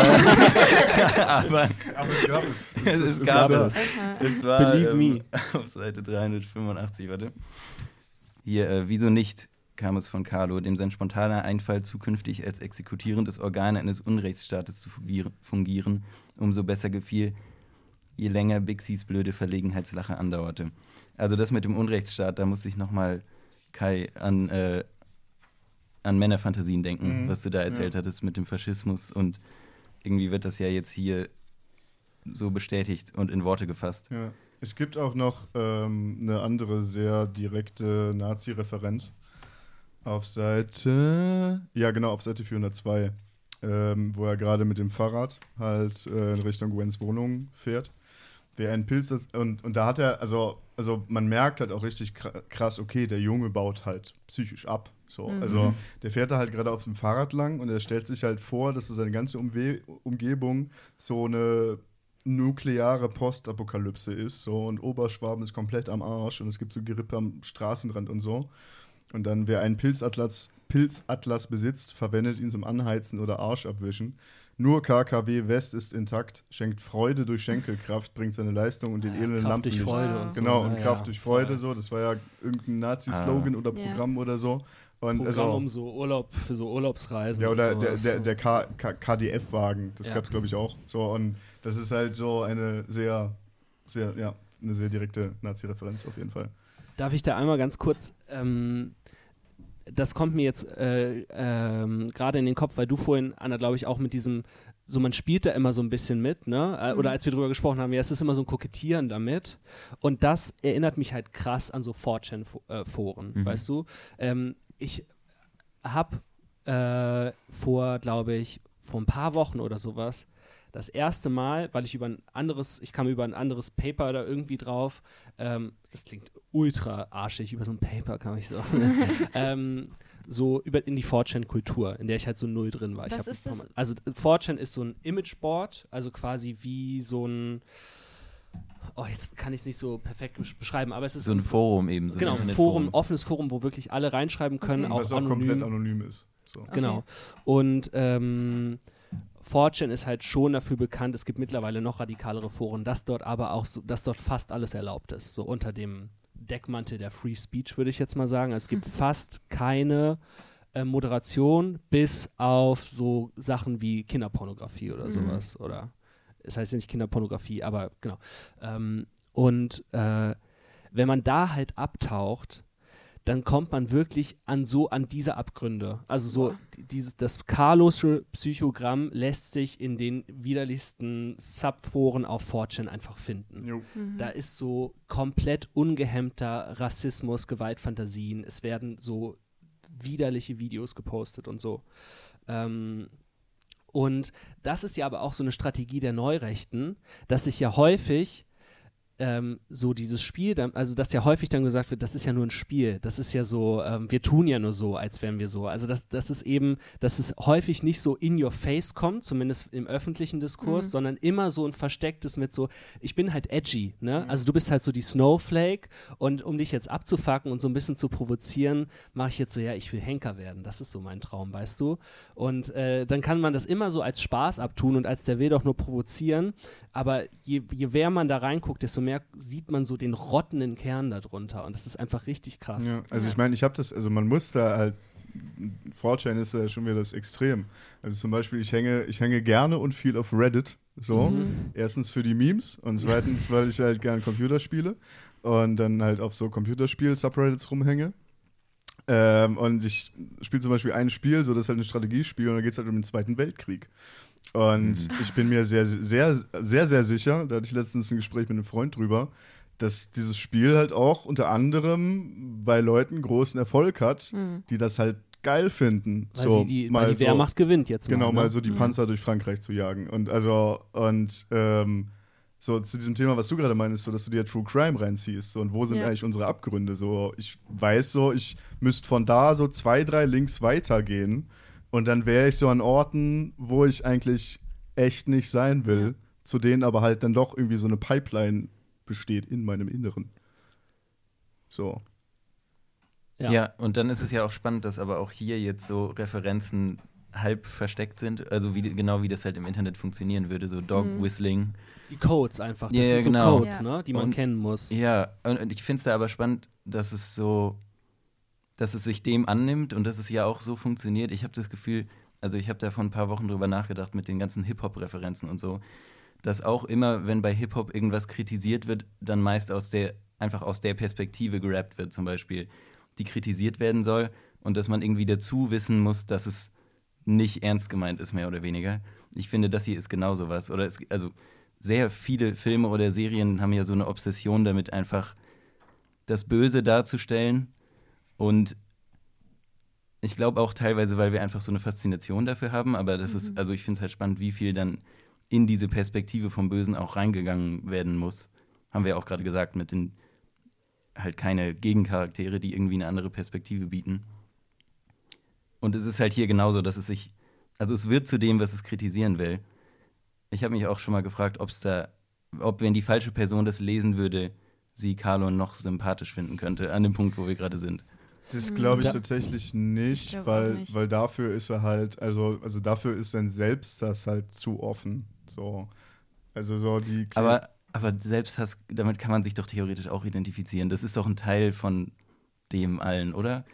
aber, Aber es gab es. es, es ist gab da. es. Es war Believe ähm, me. auf Seite dreihundertfünfundachtzig, warte. Hier, äh, wieso nicht, kam es von Carlo, dem sein spontaner Einfall, zukünftig als exekutierendes Organ eines Unrechtsstaates zu fungieren, fungieren, umso besser gefiel, je länger Bixis blöde Verlegenheitslache andauerte. Also das mit dem Unrechtsstaat, da musste ich nochmal, Kai, an, äh, an Männerfantasien denken, Mhm. was du da erzählt Ja. hattest mit dem Faschismus und irgendwie wird das ja jetzt hier so bestätigt und in Worte gefasst. Ja. Es gibt auch noch ähm, eine andere sehr direkte Nazi-Referenz auf Seite, ja genau, auf Seite vierhundertzwei, ähm, wo er gerade mit dem Fahrrad halt äh, in Richtung Gwens Wohnung fährt. Wer einen Pilz, das, und, und da hat er, also, also man merkt halt auch richtig krass, okay, der Junge baut halt psychisch ab. So. Mhm. Also der fährt da halt gerade auf dem Fahrrad lang und er stellt sich halt vor, dass so seine ganze Umwe- Umgebung so eine nukleare Postapokalypse ist. So, und Oberschwaben ist komplett am Arsch und es gibt so Gerippe am Straßenrand und so. Und dann, wer einen Pilzatlas, Pilzatlas besitzt, verwendet ihn zum Anheizen oder Arsch abwischen. Nur K K W West ist intakt, schenkt Freude durch Schenkelkraft, bringt seine Leistung und den Ja, elenden Kraft Lampen durch nicht. Freude und so. Genau, Ja, und ja, Kraft durch Freude, voll. so. Das war ja irgendein Nazi-Slogan Ah. oder Ja. Programm oder so. Und Programm also, um so Urlaub, für so Urlaubsreisen ja, oder und der, sowas. der, der K- K- K D F-Wagen, das Ja. gab es, glaube ich, auch. So, und das ist halt so eine sehr, sehr, ja, eine sehr direkte Nazi-Referenz auf jeden Fall. Darf ich da einmal ganz kurz, ähm, das kommt mir jetzt äh, ähm, gerade in den Kopf, weil du vorhin, Anna, glaube ich, auch mit diesem, so man spielt da immer so ein bisschen mit, ne? Äh, Mhm. Oder als wir drüber gesprochen haben, ja, es ist immer so ein Kokettieren damit. Und das erinnert mich halt krass an so four chan Foren, Mhm. weißt du? Ähm, ich habe äh, vor, glaube ich, vor ein paar Wochen oder sowas das erste Mal, weil ich über ein anderes, ich kam über ein anderes Paper da irgendwie drauf, ähm, das klingt ultra arschig, über so ein Paper kam ich so, ähm, so über in die four chan-Kultur, in der ich halt so null drin war. Was ich hab, ist das? Also four chan ist so ein Imageboard, also quasi wie so ein, oh, jetzt kann ich es nicht so perfekt besch- beschreiben, aber es ist So ein Forum eben. So genau, ein Forum, offenes Forum, wo wirklich alle reinschreiben können, Okay. auch Was auch anonym. komplett anonym ist. So. Genau. Okay. Und ähm, four chan ist halt schon dafür bekannt, es gibt mittlerweile noch radikalere Foren, dass dort aber auch so, dass dort fast alles erlaubt ist, so unter dem Deckmantel der Free Speech, würde ich jetzt mal sagen. Es gibt fast keine äh, Moderation, bis auf so Sachen wie Kinderpornografie oder Mhm. sowas. Oder es heißt ja nicht Kinderpornografie, aber genau. Ähm, und äh, wenn man da halt abtaucht, dann kommt man wirklich an so an diese Abgründe. Also so Boah. die- dieses das Carlosche Psychogramm lässt sich in den widerlichsten Subforen auf four chan einfach finden. Jo. Mhm. Da ist so komplett ungehemmter Rassismus, Gewaltfantasien. Es werden so widerliche Videos gepostet und so. Ähm, und das ist ja aber auch so eine Strategie der Neurechten, dass sich ja häufig ähm, so dieses Spiel, dann, also dass ja häufig dann gesagt wird, das ist ja nur ein Spiel, das ist ja so, ähm, wir tun ja nur so, als wären wir so. Also das, das ist eben, dass es häufig nicht so in your face kommt, zumindest im öffentlichen Diskurs, Mhm. sondern immer so ein verstecktes mit so, ich bin halt edgy, ne? Also du bist halt so die Snowflake und um dich jetzt abzufacken und so ein bisschen zu provozieren, mache ich jetzt so, ja, ich will Henker werden, das ist so mein Traum, weißt du? Und äh, dann kann man das immer so als Spaß abtun und als der will doch nur provozieren, aber je, je mehr man da reinguckt, desto mehr sieht man so den rottenden Kern darunter und das ist einfach richtig krass. Ja, also Ja. ich meine, ich habe das, also man muss da halt, four chan ist ja schon wieder das Extrem. Also zum Beispiel, ich hänge, ich hänge gerne und viel auf Reddit, so. Mhm. Erstens für die Memes und zweitens, weil ich halt gern Computer spiele und dann halt auf so Computerspiel-Subreddits rumhänge. Ähm, und ich spiele zum Beispiel ein Spiel, so das ist halt ein Strategiespiel und da geht es halt um den Zweiten Weltkrieg. Und Mhm. ich bin mir sehr, sehr, sehr, sehr sicher, da hatte ich letztens ein Gespräch mit einem Freund drüber, dass dieses Spiel halt auch unter anderem bei Leuten großen Erfolg hat, Mhm. die das halt geil finden. Weil, so, sie die, mal weil die so- Wehrmacht gewinnt jetzt Genau, mal. mal Ne? so die Mhm. Panzer durch Frankreich zu jagen. Und also, und ähm, so zu diesem Thema, was du gerade meinst, so dass du dir True Crime reinziehst. So, und wo sind Ja. eigentlich unsere Abgründe? So, ich weiß so, ich müsste von da so zwei, drei Links weitergehen und dann wäre ich so an Orten, wo ich eigentlich echt nicht sein will, Ja. zu denen aber halt dann doch irgendwie so eine Pipeline besteht in meinem Inneren. So. Ja. Ja. und dann ist es ja auch spannend, dass aber auch hier jetzt so Referenzen halb versteckt sind, also wie, genau wie das halt im Internet funktionieren würde, so Dog Mhm. Whistling. Die Codes einfach, das Ja, sind ja, so genau. Codes, Ja. ne? Die man Und- kennen muss. Ja, und, und ich finde es da aber spannend, dass es so, dass es sich dem annimmt und dass es ja auch so funktioniert. Ich habe das Gefühl, also ich habe da vor ein paar Wochen drüber nachgedacht mit den ganzen Hip-Hop-Referenzen und so, dass auch immer, wenn bei Hip-Hop irgendwas kritisiert wird, dann meist aus der, einfach aus der Perspektive gerappt wird, zum Beispiel, die kritisiert werden soll und dass man irgendwie dazu wissen muss, dass es nicht ernst gemeint ist, mehr oder weniger. Ich finde, das hier ist genau sowas. Oder es, also sehr viele Filme oder Serien haben ja so eine Obsession damit, einfach das Böse darzustellen. Und ich glaube auch teilweise, weil wir einfach so eine Faszination dafür haben, aber das ist, also ich finde es halt spannend, wie viel dann in diese Perspektive vom Bösen auch reingegangen werden muss. Haben wir auch gerade gesagt, mit den halt keine Gegencharaktere, die irgendwie eine andere Perspektive bieten. Und es ist halt hier genauso, dass es sich, also es wird zu dem, was es kritisieren will. Ich habe mich auch schon mal gefragt, ob es da, ob wenn die falsche Person das lesen würde, sie Carlo noch sympathisch finden könnte, an dem Punkt, wo wir gerade sind. Das glaube ich Da- tatsächlich nicht, Ich glaub auch weil, nicht. weil dafür ist er halt, also, also dafür ist sein Selbst das halt zu offen. So. Also so die Aber, aber Selbsthass, damit kann man sich doch theoretisch auch identifizieren. Das ist doch ein Teil von dem allen, oder?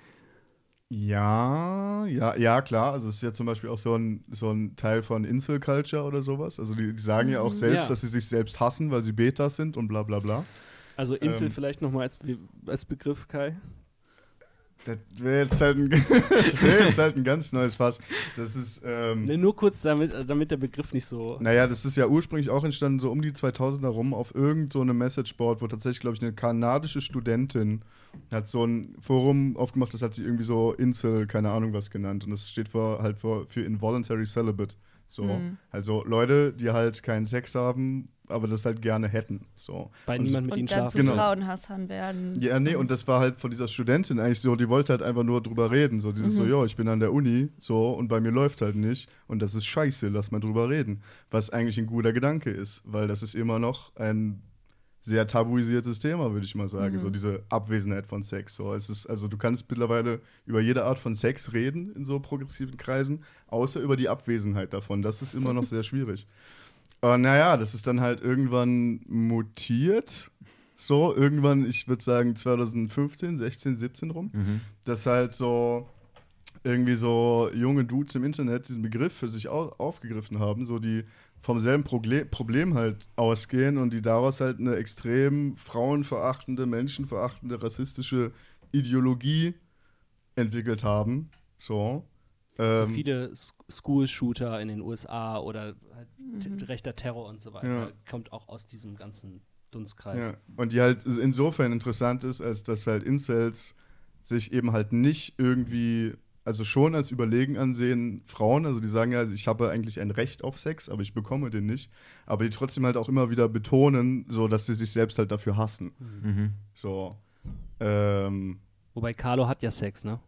Ja, ja, ja, klar. Also es ist ja zum Beispiel auch so ein, so ein Teil von Incel-Culture oder sowas. Also die, die sagen ja auch Mhm. selbst, Ja. dass sie sich selbst hassen, weil sie Betas sind und bla bla bla. Also Insel Ähm. vielleicht nochmal als, als Begriff, Kai. Das wäre jetzt, halt ein, das wär jetzt halt ein ganz neues Fass. Das ist, ähm, Ne, nur kurz, damit, damit der Begriff nicht so. naja, das ist ja ursprünglich auch entstanden, so um die zweitausender rum, auf irgend so einem Messageboard, wo tatsächlich, glaube ich, eine kanadische Studentin hat so ein Forum aufgemacht, das hat sie irgendwie so Incel, keine Ahnung was genannt. Und das steht für, halt für, für Involuntary Celibate. So, Mhm. also Leute, die halt keinen Sex haben, aber das halt gerne hätten. So. Weil Und niemand mit ihnen Und dann schlafen zu Genau. Frauenhassern werden. Ja, nee, und das war halt von dieser Studentin eigentlich so, die wollte halt einfach nur drüber reden. So dieses so, Mhm. jo, ich bin an der Uni, so, und bei mir läuft halt nicht. Und das ist scheiße, lass mal drüber reden. Was eigentlich ein guter Gedanke ist, weil das ist immer noch ein sehr tabuisiertes Thema, würde ich mal sagen. Mhm. So diese Abwesenheit von Sex. So, es ist, also du kannst mittlerweile über jede Art von Sex reden in so progressiven Kreisen, außer über die Abwesenheit davon. Das ist immer noch sehr schwierig. Aber naja, das ist dann halt irgendwann mutiert. So, irgendwann, ich würde sagen zwanzig fünfzehn, sechzehn, siebzehn rum. Mhm. Dass halt so irgendwie so junge Dudes im Internet diesen Begriff für sich au aufgegriffen haben, so die vom selben Progle Problem halt ausgehen und die daraus halt eine extrem frauenverachtende, menschenverachtende, rassistische Ideologie entwickelt haben. So. So Ähm, viele S- School-Shooter in den U S A oder halt Mhm. t- rechter Terror und so weiter Ja. kommt auch aus diesem ganzen Dunstkreis. Ja, und die halt insofern interessant ist, als dass halt Incels sich eben halt nicht irgendwie, also schon als überlegen ansehen, Frauen, also die sagen ja, ich habe eigentlich ein Recht auf Sex, aber ich bekomme den nicht, aber die trotzdem halt auch immer wieder betonen, so dass sie sich selbst halt dafür hassen. Mhm. So. Ähm, Wobei Carlo hat ja Sex, ne?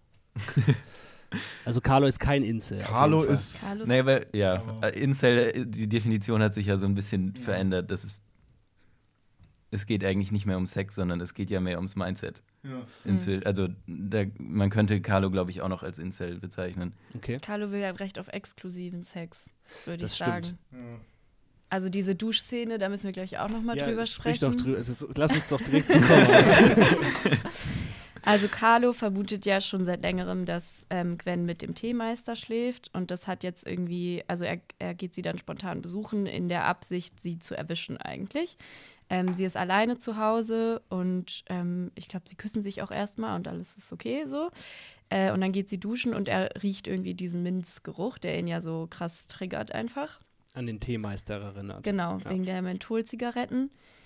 Also Carlo ist kein Incel. auf Carlo jeden Fall. ist. Carlos, Nee, aber ja, Aber- äh, Incel, äh, die Definition hat sich ja so ein bisschen Ja. verändert. Das ist, es geht eigentlich nicht mehr um Sex, sondern es geht ja mehr ums Mindset. Ja. Incel, also da, man könnte Carlo, glaube ich, auch noch als Incel bezeichnen. Okay. Carlo will ja ein Recht auf exklusiven Sex, würde ich Das sagen. stimmt. Ja. Also diese Duschszene, da müssen wir gleich auch noch mal Ja, drüber sprich sprechen. doch drüber. Es ist, lass uns doch direkt zukommen. Also Carlo vermutet ja schon seit längerem, dass ähm, Gwen mit dem Teemeister schläft und das hat jetzt irgendwie, also er, er geht sie dann spontan besuchen in der Absicht, sie zu erwischen eigentlich. Ähm, sie ist alleine zu Hause und ähm, ich glaube, sie küssen sich auch erstmal und alles ist okay so. Äh, und dann geht sie duschen und er riecht irgendwie diesen Minzgeruch, der ihn ja so krass triggert einfach. An den Teemeister erinnert. Genau, Ja. wegen der Mentholzigaretten.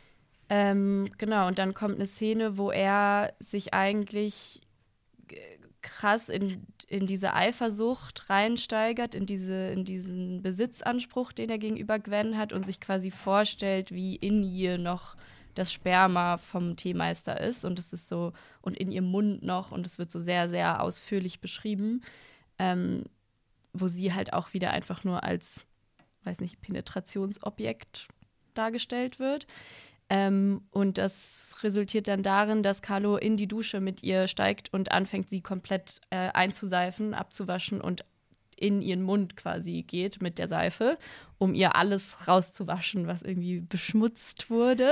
Ähm, genau, und dann kommt eine Szene, wo er sich eigentlich äh, krass in, in diese Eifersucht reinsteigert, in, diese, in diesen Besitzanspruch, den er gegenüber Gwen hat und sich quasi vorstellt, wie in ihr noch das Sperma vom Teemeister ist. Und es ist so, und in ihrem Mund noch, und es wird so sehr, sehr ausführlich beschrieben, ähm, wo sie halt auch wieder einfach nur als, weiß nicht, Penetrationsobjekt dargestellt wird. Ähm, und das resultiert dann darin, dass Carlo in die Dusche mit ihr steigt und anfängt, sie komplett äh, einzuseifen, abzuwaschen und in ihren Mund quasi geht mit der Seife, um ihr alles rauszuwaschen, was irgendwie beschmutzt wurde,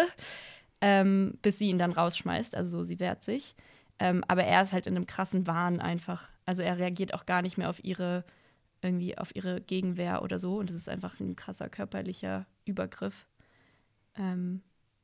ähm, bis sie ihn dann rausschmeißt. Also so, sie wehrt sich. Ähm, aber er ist halt in einem krassen Wahn einfach. Also er reagiert auch gar nicht mehr auf ihre, irgendwie auf ihre Gegenwehr oder so. Und es ist einfach ein krasser körperlicher Übergriff. Ähm,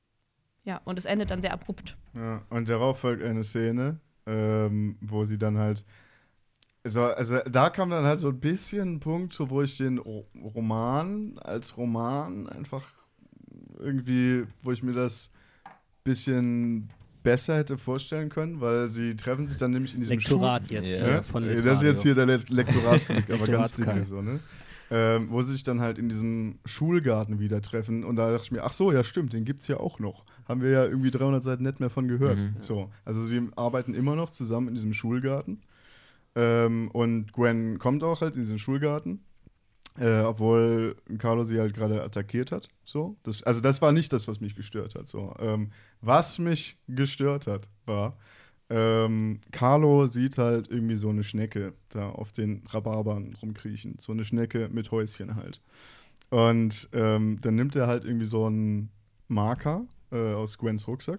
ja, und es endet dann sehr abrupt. Ja, und darauf folgt eine Szene, ähm, wo sie dann halt. So, also da kam dann halt so ein bisschen ein Punkt, so, wo ich den Ro- Roman als Roman einfach irgendwie, wo ich mir das bisschen besser hätte vorstellen können, weil sie treffen sich dann nämlich in diesem Lektorat Schul- jetzt Ja. hier Ja, von das ist Literadio. jetzt hier der Le Lektoratsblick, aber ganz Lektoratskai. dicke so, ne? Ähm, wo sie sich dann halt in diesem Schulgarten wieder treffen und da dachte ich mir, ach so, ja stimmt, den gibt's ja auch noch. Haben wir ja irgendwie dreihundert Seiten nicht mehr von gehört. Mhm. So, also sie arbeiten immer noch zusammen in diesem Schulgarten ähm, und Gwen kommt auch halt in diesen Schulgarten, äh, obwohl Carlo sie halt gerade attackiert hat. So, das, also das war nicht das, was mich gestört hat. So, ähm, was mich gestört hat, war Ähm, Carlo sieht halt irgendwie so eine Schnecke da auf den Rhabarbern rumkriechen. So eine Schnecke mit Häuschen halt. Und ähm, dann nimmt er halt irgendwie so einen Marker äh, aus Gwens Rucksack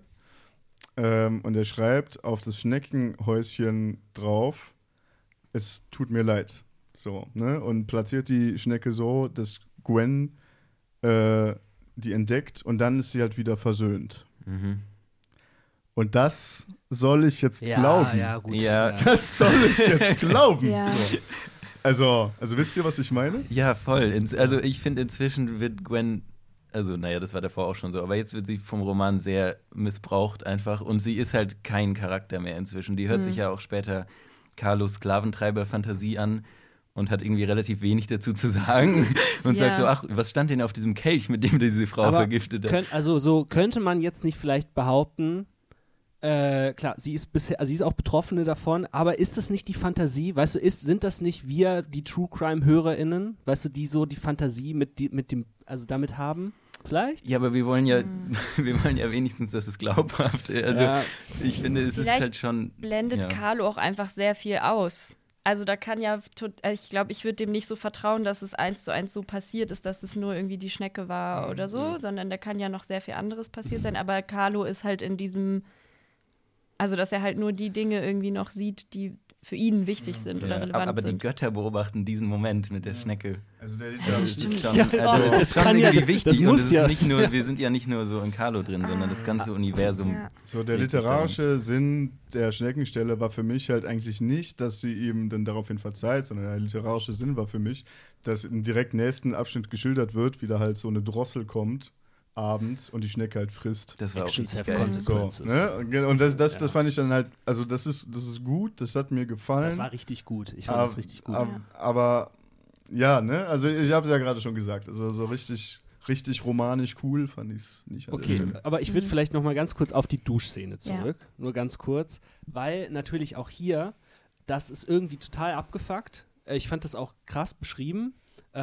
ähm, und er schreibt auf das Schneckenhäuschen drauf, es tut mir leid. So, ne? Und platziert die Schnecke so, dass Gwen äh, die entdeckt und dann ist sie halt wieder versöhnt. Mhm. Und das soll ich jetzt Ja, glauben. ja, gut. Ja. Das soll ich jetzt glauben. Ja. So. Also, also wisst ihr, was ich meine? Ja, voll. Ins, also ich finde, inzwischen wird Gwen, also naja, das war davor auch schon so, aber jetzt wird sie vom Roman sehr missbraucht einfach und sie ist halt kein Charakter mehr inzwischen. Die hört Mhm. sich ja auch später Carlos Sklaventreiber-Fantasie an und hat irgendwie relativ wenig dazu zu sagen und Ja. sagt so, ach, was stand denn auf diesem Kelch, mit dem diese Frau Aber vergiftet hat? Könnt, also so könnte man jetzt nicht vielleicht behaupten, äh, klar, sie ist bisher, also sie ist auch Betroffene davon, aber ist das nicht die Fantasie, weißt du, ist, sind das nicht wir, die True Crime-HörerInnen, weißt du, die so die Fantasie mit, die, mit dem, also damit haben? Vielleicht? Ja, aber wir wollen ja, Mhm. wir wollen ja wenigstens, dass es glaubhaft ist. Also ja, ich finde, es ist Vielleicht halt schon. Blendet ja. Carlo auch einfach sehr viel aus. Also da kann ja, tot- äh, ich glaube, ich würde dem nicht so vertrauen, dass es eins zu eins so passiert ist, dass es nur irgendwie die Schnecke war oder so, sondern da kann ja noch sehr viel anderes passiert sein. Aber Carlo ist halt in diesem, also dass er halt nur die Dinge irgendwie noch sieht, die für ihn wichtig sind oder Ja, relevant aber, aber die sind. Götter beobachten diesen Moment mit der Schnecke. Also der Ja, das stimmt. ist schon, Ja, also das- es das ist schon kann ja- irgendwie wichtig. das und muss es ist ja. nicht nur, wir sind ja nicht nur so in Carlo drin, sondern das ganze Universum. Ja. So, der Liegt sich literarische Sinn der Schneckenstelle war für mich halt eigentlich nicht, dass sie ihm dann daraufhin verzeiht, sondern der literarische Sinn war für mich, dass im direkt nächsten Abschnitt geschildert wird, wie da halt so eine Drossel kommt abends und die Schnecke halt frisst. Das war auch Actions richtig have geil. So, consequences. ne? Und das, das, das Ja. fand ich dann halt, also das ist, das ist gut, das hat mir gefallen. Das war richtig gut. Ich fand Ab- das richtig gut. ab- Aber ja, ne? Also ich habe es ja gerade schon gesagt, also so richtig, richtig romanisch cool fand ich es nicht. an der Okay, Stelle. aber ich würde Mhm. vielleicht noch mal ganz kurz auf die Duschszene Ja. zurück. Nur ganz kurz. Weil natürlich auch hier, das ist irgendwie total abgefuckt. Äh, Ich fand das auch krass beschrieben.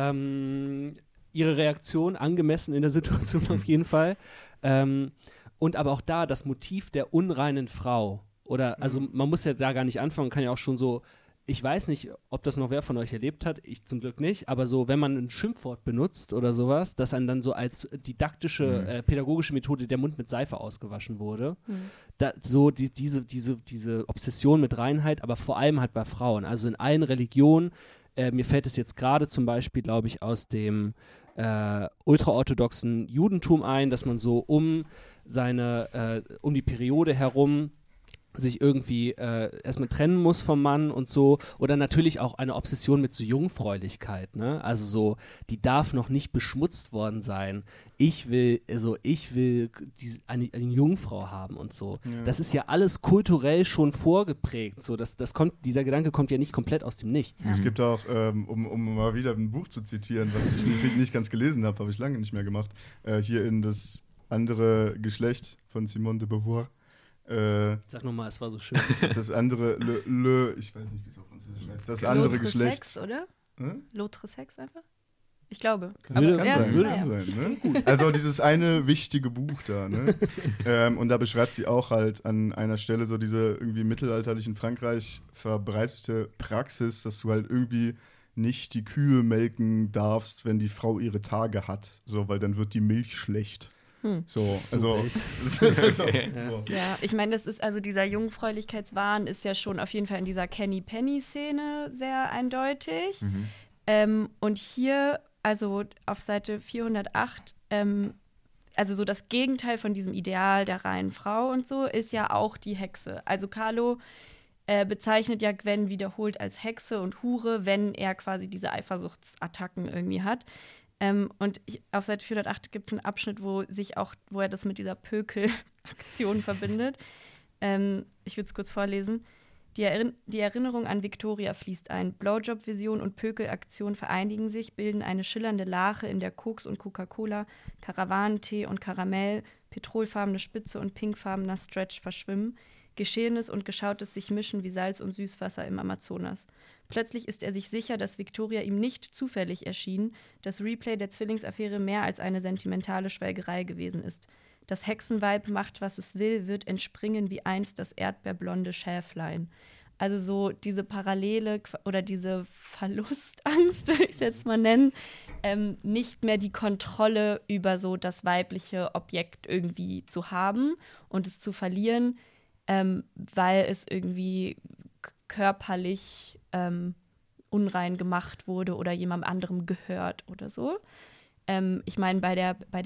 Ähm, ihre Reaktion angemessen in der Situation auf jeden Fall. Ähm, und aber auch da das Motiv der unreinen Frau. Oder, also man muss ja da gar nicht anfangen, kann ja auch schon so, ich weiß nicht, ob das noch wer von euch erlebt hat, ich zum Glück nicht, aber so, wenn man ein Schimpfwort benutzt oder sowas, das dann dann so als didaktische, Mhm. äh, pädagogische Methode der Mund mit Seife ausgewaschen wurde, Mhm. da, so die, diese, diese, diese Obsession mit Reinheit, aber vor allem halt bei Frauen, also in allen Religionen, äh, mir fällt es jetzt gerade zum Beispiel, glaube ich, aus dem äh, ultraorthodoxen Judentum ein, dass man so um seine, äh, um die Periode herum sich irgendwie äh, erstmal trennen muss vom Mann und so. Oder natürlich auch eine Obsession mit so Jungfräulichkeit, ne? Also so, die darf noch nicht beschmutzt worden sein. Ich will, also ich will die, eine, eine Jungfrau haben und so. Ja. Das ist ja alles kulturell schon vorgeprägt. So, das, das kommt, dieser Gedanke kommt ja nicht komplett aus dem Nichts. Es gibt auch, ähm, um, um mal wieder ein Buch zu zitieren, was ich nicht, nicht ganz gelesen habe, habe ich lange nicht mehr gemacht, äh, hier in das andere Geschlecht von Simone de Beauvoir. Äh, Sag nochmal, es war so schön. das andere, le, le, ich weiß nicht, wie es auf Französisch heißt, das andere L'autre Geschlecht. Sex, oder? Hm? L'autre Sex einfach? Ich glaube. Würde- Kann ja, sein, würde- kann sein. Ne? Also dieses eine wichtige Buch da, ne? ähm, und da beschreibt sie auch halt an einer Stelle so diese irgendwie im mittelalterlichen Frankreich verbreitete Praxis, dass du halt irgendwie nicht die Kühe melken darfst, wenn die Frau ihre Tage hat, so, weil dann wird die Milch schlecht. Hm. So, Das ist also super. das ist so, Okay. so. Ja, ich meine, das ist also dieser Jungfräulichkeitswahn ist ja schon auf jeden Fall in dieser Kenny Penny-Szene sehr eindeutig. Mhm. Ähm, und hier, also auf Seite vierhundertacht, ähm, also so das Gegenteil von diesem Ideal der reinen Frau und so, ist ja auch die Hexe. Also Carlo äh, bezeichnet ja Gwen wiederholt als Hexe und Hure, wenn er quasi diese Eifersuchtsattacken irgendwie hat. Ähm, und ich, auf Seite vierhundertacht gibt es einen Abschnitt, wo sich auch, wo er das mit dieser Pökel-Aktion verbindet. Ähm, ich würde es kurz vorlesen. Die, Erinn die Erinnerung an Victoria fließt ein. Blowjob-Vision und Pökel-Aktion vereinigen sich, bilden eine schillernde Lache, in der Koks und Coca-Cola, Karawanentee und Karamell, petrolfarbene Spitze und pinkfarbener Stretch verschwimmen. Geschehenes und Geschautes sich mischen wie Salz und Süßwasser im Amazonas. Plötzlich ist er sich sicher, dass Victoria ihm nicht zufällig erschien, das Replay der Zwillingsaffäre mehr als eine sentimentale Schwelgerei gewesen ist. Das Hexenweib macht, was es will, wird entspringen wie einst das erdbeerblonde Schäflein. Also so diese Parallele oder diese Verlustangst, würde ich es jetzt mal nennen, ähm, nicht mehr die Kontrolle über so das weibliche Objekt irgendwie zu haben und es zu verlieren, ähm, weil es irgendwie k- körperlich ähm, unrein gemacht wurde oder jemandem anderem gehört oder so. Ähm, ich meine, bei der, bei der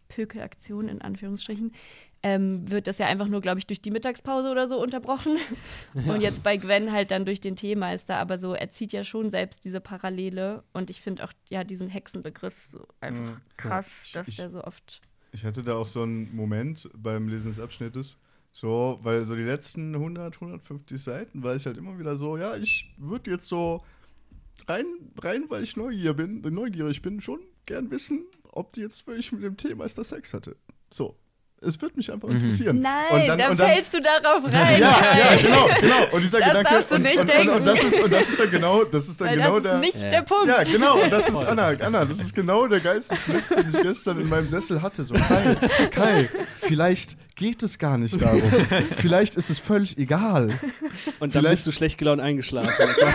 Pökelaktion in Anführungsstrichen, ähm, wird das ja einfach nur, glaube ich, durch die Mittagspause oder so unterbrochen. Ja. Und jetzt bei Gwen halt dann durch den Teemeister. Aber so, er zieht ja schon selbst diese Parallele. Und ich finde auch, ja, diesen Hexenbegriff so einfach ja, krass, ja. dass ich, der so oft... Ich hatte da auch so einen Moment beim Lesen des Abschnittes, so, weil so die letzten hundert, hundertfünfzig Seiten war ich halt immer wieder so, ja, ich würde jetzt so rein, rein, weil ich neugierig bin, neugierig bin, schon gern wissen, ob die jetzt wirklich mit dem Teemeister Sex hatte. So. Es wird mich einfach interessieren. Nein, und dann, dann, und dann fällst du darauf rein. Ja, ja, genau, genau. Und dieser das Gedanke, darfst du und, nicht und, denken. Und, und, das ist, und das ist dann genau, das ist dann Weil genau das der. ist nicht ja. der Punkt. Ja, genau. Und das ist Anna, Anna, das ist genau der Geistesblitz, den ich gestern in meinem Sessel hatte. So, Kai, Kai, vielleicht geht es gar nicht darum. Vielleicht ist es völlig egal. Und dann vielleicht bist du schlecht gelaunt eingeschlafen.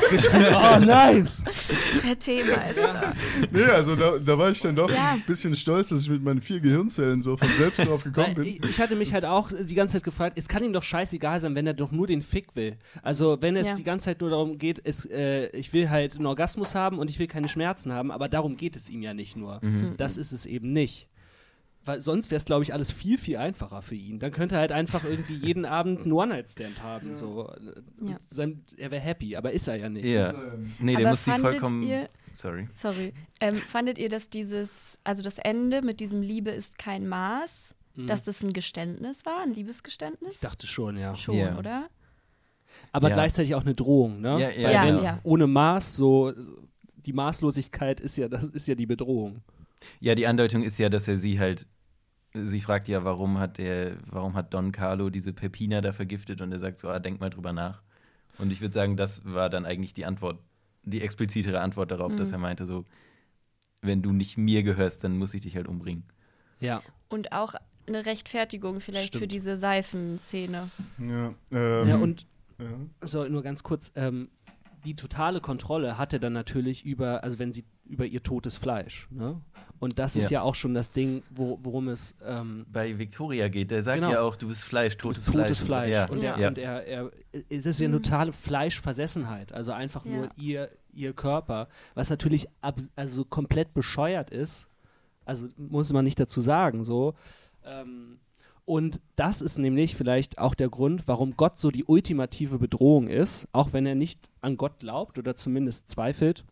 Oh nein! Der Teemeister. Nee, also da, da war ich dann doch Ja. ein bisschen stolz, dass ich mit meinen vier Gehirnzellen so von selbst drauf gekommen bin. Ich, ich hatte mich halt auch die ganze Zeit gefragt, es kann ihm doch scheißegal sein, wenn er doch nur den Fick will. Also wenn es Ja. die ganze Zeit nur darum geht, es, äh, ich will halt einen Orgasmus haben und ich will keine Schmerzen haben, aber darum geht es ihm ja nicht nur. Mhm. Das ist es eben nicht. Weil sonst wäre es, glaube ich, alles viel, viel einfacher für ihn. Dann könnte er halt einfach irgendwie jeden Abend einen One-Night-Stand haben. Ja. So. Ja. Sein, er wäre happy, aber ist er ja nicht. Ja. Nee, der Aber muss die fandet vollkommen. ihr- Sorry. Sorry. Ähm, fandet ihr, dass dieses, also das Ende mit diesem Liebe ist kein Maß, Mhm. dass das ein Geständnis war, ein Liebesgeständnis? Ich dachte schon, ja. Schon, Ja. oder? Aber Ja. gleichzeitig auch eine Drohung, ne? Ja, ja, Weil ja, wenn ja. ohne Maß so, die Maßlosigkeit ist ja, das ist ja die Bedrohung. Ja, die Andeutung ist ja, dass er sie halt. Sie fragt ja, warum hat der, warum hat Don Carlo diese Pepina da vergiftet? Und er sagt so, ah, denk mal drüber nach. Und ich würde sagen, das war dann eigentlich die Antwort, die explizitere Antwort darauf, Mhm. dass er meinte so, wenn du nicht mir gehörst, dann muss ich dich halt umbringen. Ja. Und auch eine Rechtfertigung vielleicht Stimmt. für diese Seifenszene. Ja, ähm, Ja, und ja. so nur ganz kurz, ähm, die totale Kontrolle hat er dann natürlich über, also wenn sie über ihr totes Fleisch, ne? Und das ist Ja. ja auch schon das Ding, wo, worum es ähm, Bei Victoria geht, der sagt Genau. ja auch, du bist Fleisch, du totes bist totes Fleisch. Fleisch. Ja. Und, er, Ja. und er, er, es ist ja eine totale Fleischversessenheit, also einfach Ja. nur ihr, ihr Körper, was natürlich ab, also komplett bescheuert ist, also muss man nicht dazu sagen, so. Ähm, und das ist nämlich vielleicht auch der Grund, warum Gott so die ultimative Bedrohung ist, auch wenn er nicht an Gott glaubt oder zumindest zweifelt,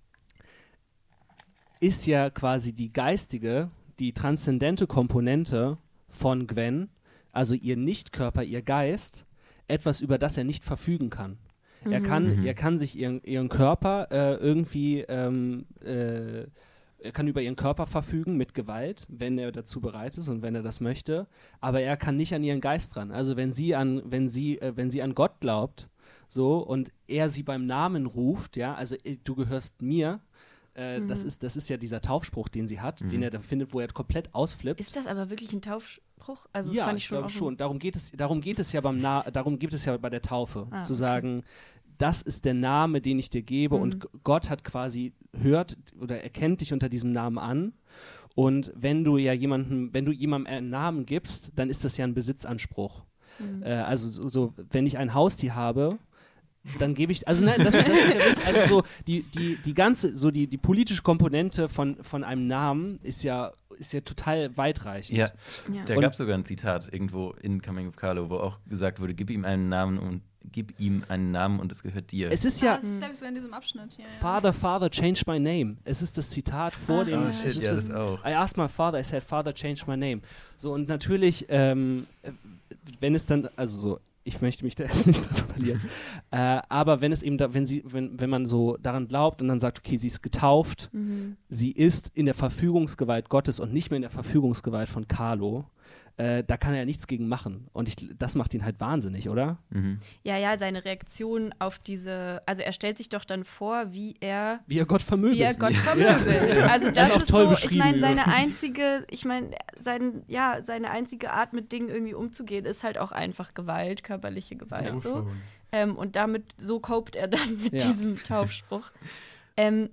ist ja quasi die geistige, die transzendente Komponente von Gwen, also ihr Nichtkörper, ihr Geist, etwas, über das er nicht verfügen kann. Er kann, Mhm. er kann sich ihren, ihren Körper äh, irgendwie, ähm, äh, er kann über ihren Körper verfügen mit Gewalt, wenn er dazu bereit ist und wenn er das möchte, aber er kann nicht an ihren Geist ran. Also wenn sie an, wenn sie, äh, wenn sie an Gott glaubt, so, und er sie beim Namen ruft, ja, also äh, du gehörst mir, äh, Mhm. das ist, das ist ja dieser Taufspruch, den sie hat, Mhm. den er da findet, wo er komplett ausflippt. Ist das aber wirklich ein Taufspruch? Also das Ja, fand ich ich schon glaube auch ein- schon. Darum geht es, darum geht es ja beim Na darum geht es ja bei der Taufe, Ah, zu okay. sagen, das ist der Name, den ich dir gebe, Mhm. und G- Gott hat quasi hört oder erkennt dich unter diesem Namen an. Und wenn du ja jemanden, wenn du jemandem einen Namen gibst, dann ist das ja ein Besitzanspruch. Mhm. Äh, also so, so, wenn ich ein Haustier habe, dann gebe ich, also nein, das, das ist ja wirklich, also so die, die, die ganze, so die, die politische Komponente von, von einem Namen ist ja, ist ja total weitreichend. Ja, Ja. da Und- gab es sogar ein Zitat irgendwo in Coming of Carlo, wo auch gesagt wurde, gib ihm einen Namen und gib ihm einen Namen und es gehört dir. Es ist Ja, ja, das ist, glaube ich, so in diesem Abschnitt hier. Ja. Father, Father, change my name. Es ist das Zitat vor Ah, dem. oh es shit, ist ja, das, das auch. I asked my father, I said, Father, change my name. So, und natürlich, ähm, äh, wenn es dann, also so, ich möchte mich da jetzt nicht dran verlieren, äh, aber wenn es eben, da, wenn sie, wenn, wenn man so daran glaubt und dann sagt, okay, sie ist getauft, Mhm. sie ist in der Verfügungsgewalt Gottes und nicht mehr in der Verfügungsgewalt von Carlo, äh, da kann er ja nichts gegen machen. Und ich, das macht ihn halt wahnsinnig, oder? Mhm. Ja, ja, seine Reaktion auf diese, also er stellt sich doch dann vor, wie er Wie er Gott vermöbelt. wie er Gott vermöbelt. Also das auch ist toll so, ich beschrieben meine, seine übrigens. einzige, ich meine, sein, ja, seine einzige Art mit Dingen irgendwie umzugehen, ist halt auch einfach Gewalt, körperliche Gewalt. Ja. So. Ähm, und damit, so copt er dann mit Ja. diesem Taufspruch. ähm,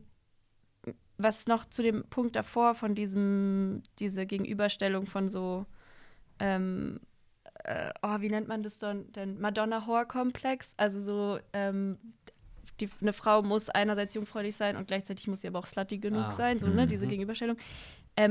was noch zu dem Punkt davor von diesem, diese Gegenüberstellung von so, ähm, äh, oh, wie nennt man das dann, denn Madonna-Horror-Komplex, also so, ähm, die, eine Frau muss einerseits jungfräulich sein und gleichzeitig muss sie aber auch slutty genug Ah, sein, so, ne, mhm. diese Gegenüberstellung. Ähm,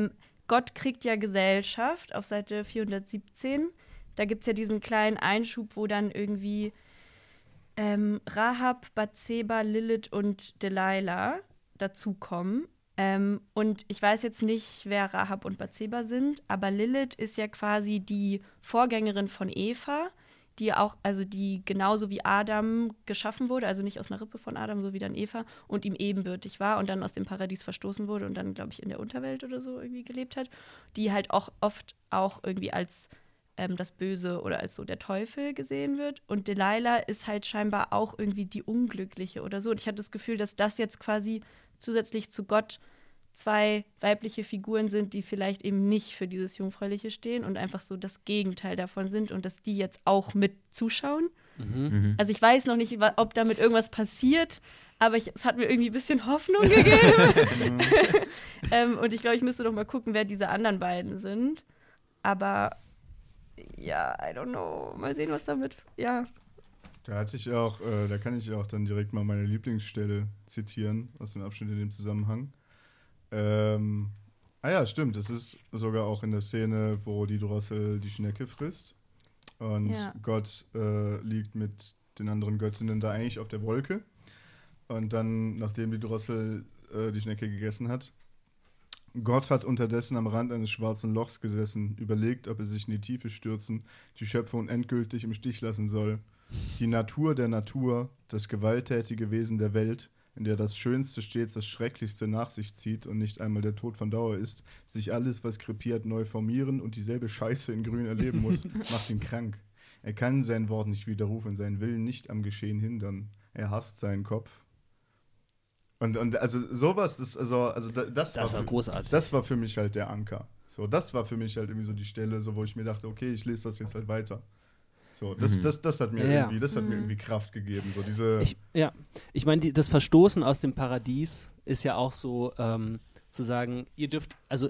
Gott kriegt ja Gesellschaft auf Seite vierhundertsiebzehn. Da gibt es ja diesen kleinen Einschub, wo dann irgendwie ähm, Rahab, Bathseba, Lilith und Delilah dazukommen. Ähm, und ich weiß jetzt nicht, wer Rahab und Bathseba sind, aber Lilith ist ja quasi die Vorgängerin von Eva, die auch, also die genauso wie Adam geschaffen wurde, also nicht aus einer Rippe von Adam, so wie dann Eva, und ihm ebenbürtig war und dann aus dem Paradies verstoßen wurde und dann, glaube ich, in der Unterwelt oder so irgendwie gelebt hat, die halt auch oft auch irgendwie als ähm, das Böse oder als so der Teufel gesehen wird. Und Delilah ist halt scheinbar auch irgendwie die Unglückliche oder so. Und ich hatte das Gefühl, dass das jetzt quasi zusätzlich zu Gott zwei weibliche Figuren sind, die vielleicht eben nicht für dieses Jungfräuliche stehen und einfach so das Gegenteil davon sind und dass die jetzt auch mit zuschauen. Mhm. Mhm. Also ich weiß noch nicht, ob damit irgendwas passiert, aber ich, es hat mir irgendwie ein bisschen Hoffnung gegeben. ähm, und ich glaube, ich müsste noch mal gucken, wer diese anderen beiden sind. Aber ja, I don't know. Mal sehen, was damit, ja. Da hatte ich auch, äh, da kann ich auch dann direkt mal meine Lieblingsstelle zitieren aus dem Abschnitt in dem Zusammenhang. Ähm, ah ja, stimmt. Es ist sogar auch in der Szene, wo die Drossel die Schnecke frisst. Und Ja. Gott äh, liegt mit den anderen Göttinnen da eigentlich auf der Wolke. Und dann, nachdem die Drossel äh, die Schnecke gegessen hat, Gott hat unterdessen am Rand eines schwarzen Lochs gesessen, überlegt, ob er sich in die Tiefe stürzen, die Schöpfung endgültig im Stich lassen soll. Die Natur der Natur, das gewalttätige Wesen der Welt, in der das Schönste stets das Schrecklichste nach sich zieht und nicht einmal der Tod von Dauer ist, sich alles, was krepiert, neu formieren und dieselbe Scheiße in Grün erleben muss, macht ihn krank. Er kann sein Wort nicht widerrufen, seinen Willen nicht am Geschehen hindern. Er hasst seinen Kopf. Und, und also sowas, das, also, also das, Das war war für, großartig. das war für mich halt der Anker. So, das war für mich halt irgendwie so die Stelle, so, wo ich mir dachte, okay, ich lese das jetzt halt weiter. So, das, Mhm. das, das hat mir Ja. irgendwie, das hat mir irgendwie Kraft gegeben. So diese. Ich, ja, ich meine, das Verstoßen aus dem Paradies ist ja auch so, ähm, zu sagen, ihr dürft, also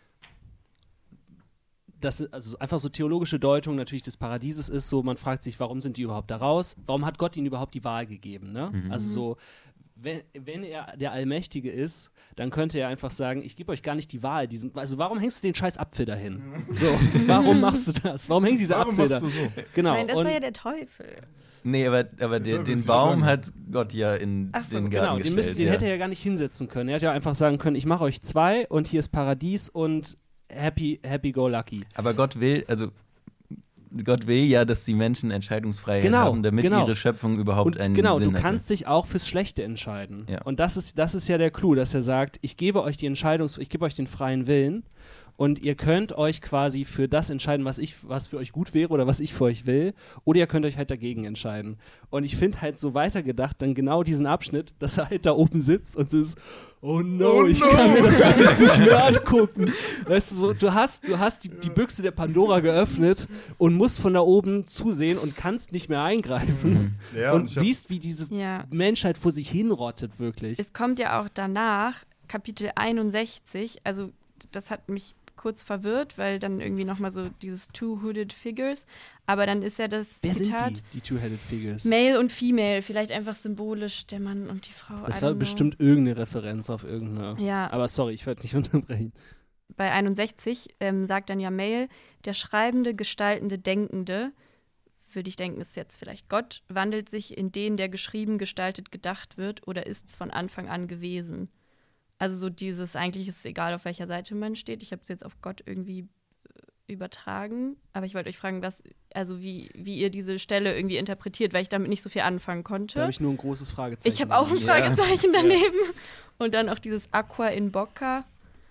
das ist also einfach so theologische Deutung natürlich des Paradieses ist so, man fragt sich, warum sind die überhaupt da raus? Warum hat Gott ihnen überhaupt die Wahl gegeben? Ne? Mhm. Also so, wenn, wenn er der Allmächtige ist, dann könnte er einfach sagen, ich gebe euch gar nicht die Wahl. Diesen, also warum hängst du den scheiß Apfel dahin? So, warum machst du das? Warum hängt dieser Warum Apfel da? machst du so? Genau. Nein, das und war ja der Teufel. Nee, aber, aber der, Teufel den ist die Baum Schlange. hat Gott ja in Ach so, den Garten Genau, den, gestellt. müsst, den ja. hätte er ja gar nicht hinsetzen können. Er hätte ja einfach sagen können, ich mache euch zwei und hier ist Paradies und happy, happy go lucky. Aber Gott will, also Gott will ja, dass die Menschen Entscheidungsfreiheit Genau, haben, damit genau. ihre Schöpfung überhaupt Und einen genau, Sinn du hat. kannst dich auch fürs Schlechte entscheiden. Ja. Und das ist, das ist ja der Clou, dass er sagt, ich gebe euch die Entscheidungs, ich gebe euch den freien Willen und ihr könnt euch quasi für das entscheiden, was ich, was für euch gut wäre oder was ich für euch will, oder ihr könnt euch halt dagegen entscheiden. Und ich finde halt so weitergedacht dann genau diesen Abschnitt, dass er halt da oben sitzt und so ist, oh no, Oh ich no. kann mir das alles nicht mehr angucken. Weißt du, so, du hast, du hast die, die Büchse der Pandora geöffnet und musst von da oben zusehen und kannst nicht mehr eingreifen. Ja, und und ich hab- siehst, wie diese Ja. Menschheit vor sich hinrottet, wirklich. Es kommt ja auch danach, Kapitel einundsechzig, also das hat mich kurz verwirrt, weil dann irgendwie nochmal so dieses Two-Hooded Figures, aber dann ist ja das Wer Zitat sind die, die Two-Headed Figures? Male und Female, vielleicht einfach symbolisch der Mann und die Frau. Das I war don't know. bestimmt irgendeine Referenz auf irgendeine. Ja. Aber sorry, ich wollte nicht unterbrechen. Bei einundsechzig ähm, sagt dann ja Male, der schreibende, gestaltende, denkende, würde ich denken, ist jetzt vielleicht Gott, wandelt sich in den, der geschrieben, gestaltet, gedacht wird oder ist es von Anfang an gewesen. Also so dieses, eigentlich ist es egal, auf welcher Seite man steht. Ich habe es jetzt auf Gott irgendwie äh, übertragen, aber ich wollte euch fragen, was, also wie, wie ihr diese Stelle irgendwie interpretiert, weil ich damit nicht so viel anfangen konnte. Da habe ich nur ein großes Fragezeichen. Ich habe auch ein daneben. Fragezeichen daneben. Und dann auch dieses Aqua in Bocca.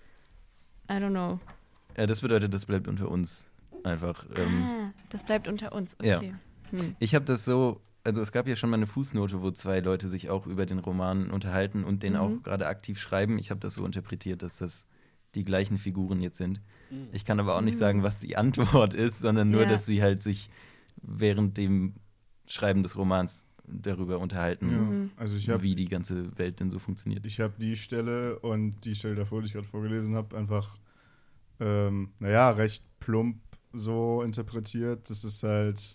I don't know. Ja, das bedeutet, das bleibt unter uns. Einfach. Ähm, Ah, das bleibt unter uns. ja. Okay. Hm. Ich habe das so, also es gab ja schon mal eine Fußnote, wo zwei Leute sich auch über den Roman unterhalten und den Mhm. auch gerade aktiv schreiben. Ich habe das so interpretiert, dass das die gleichen Figuren jetzt sind. Mhm. Ich kann aber auch nicht Mhm. sagen, was die Antwort ist, sondern nur, Ja. dass sie halt sich während dem Schreiben des Romans darüber unterhalten, Ja. Mhm. Also ich habe wie die ganze Welt denn so funktioniert. ich hab die Stelle und die Stelle davor, die ich gerade vorgelesen habe, einfach, ähm, naja, recht plump so interpretiert. Das ist halt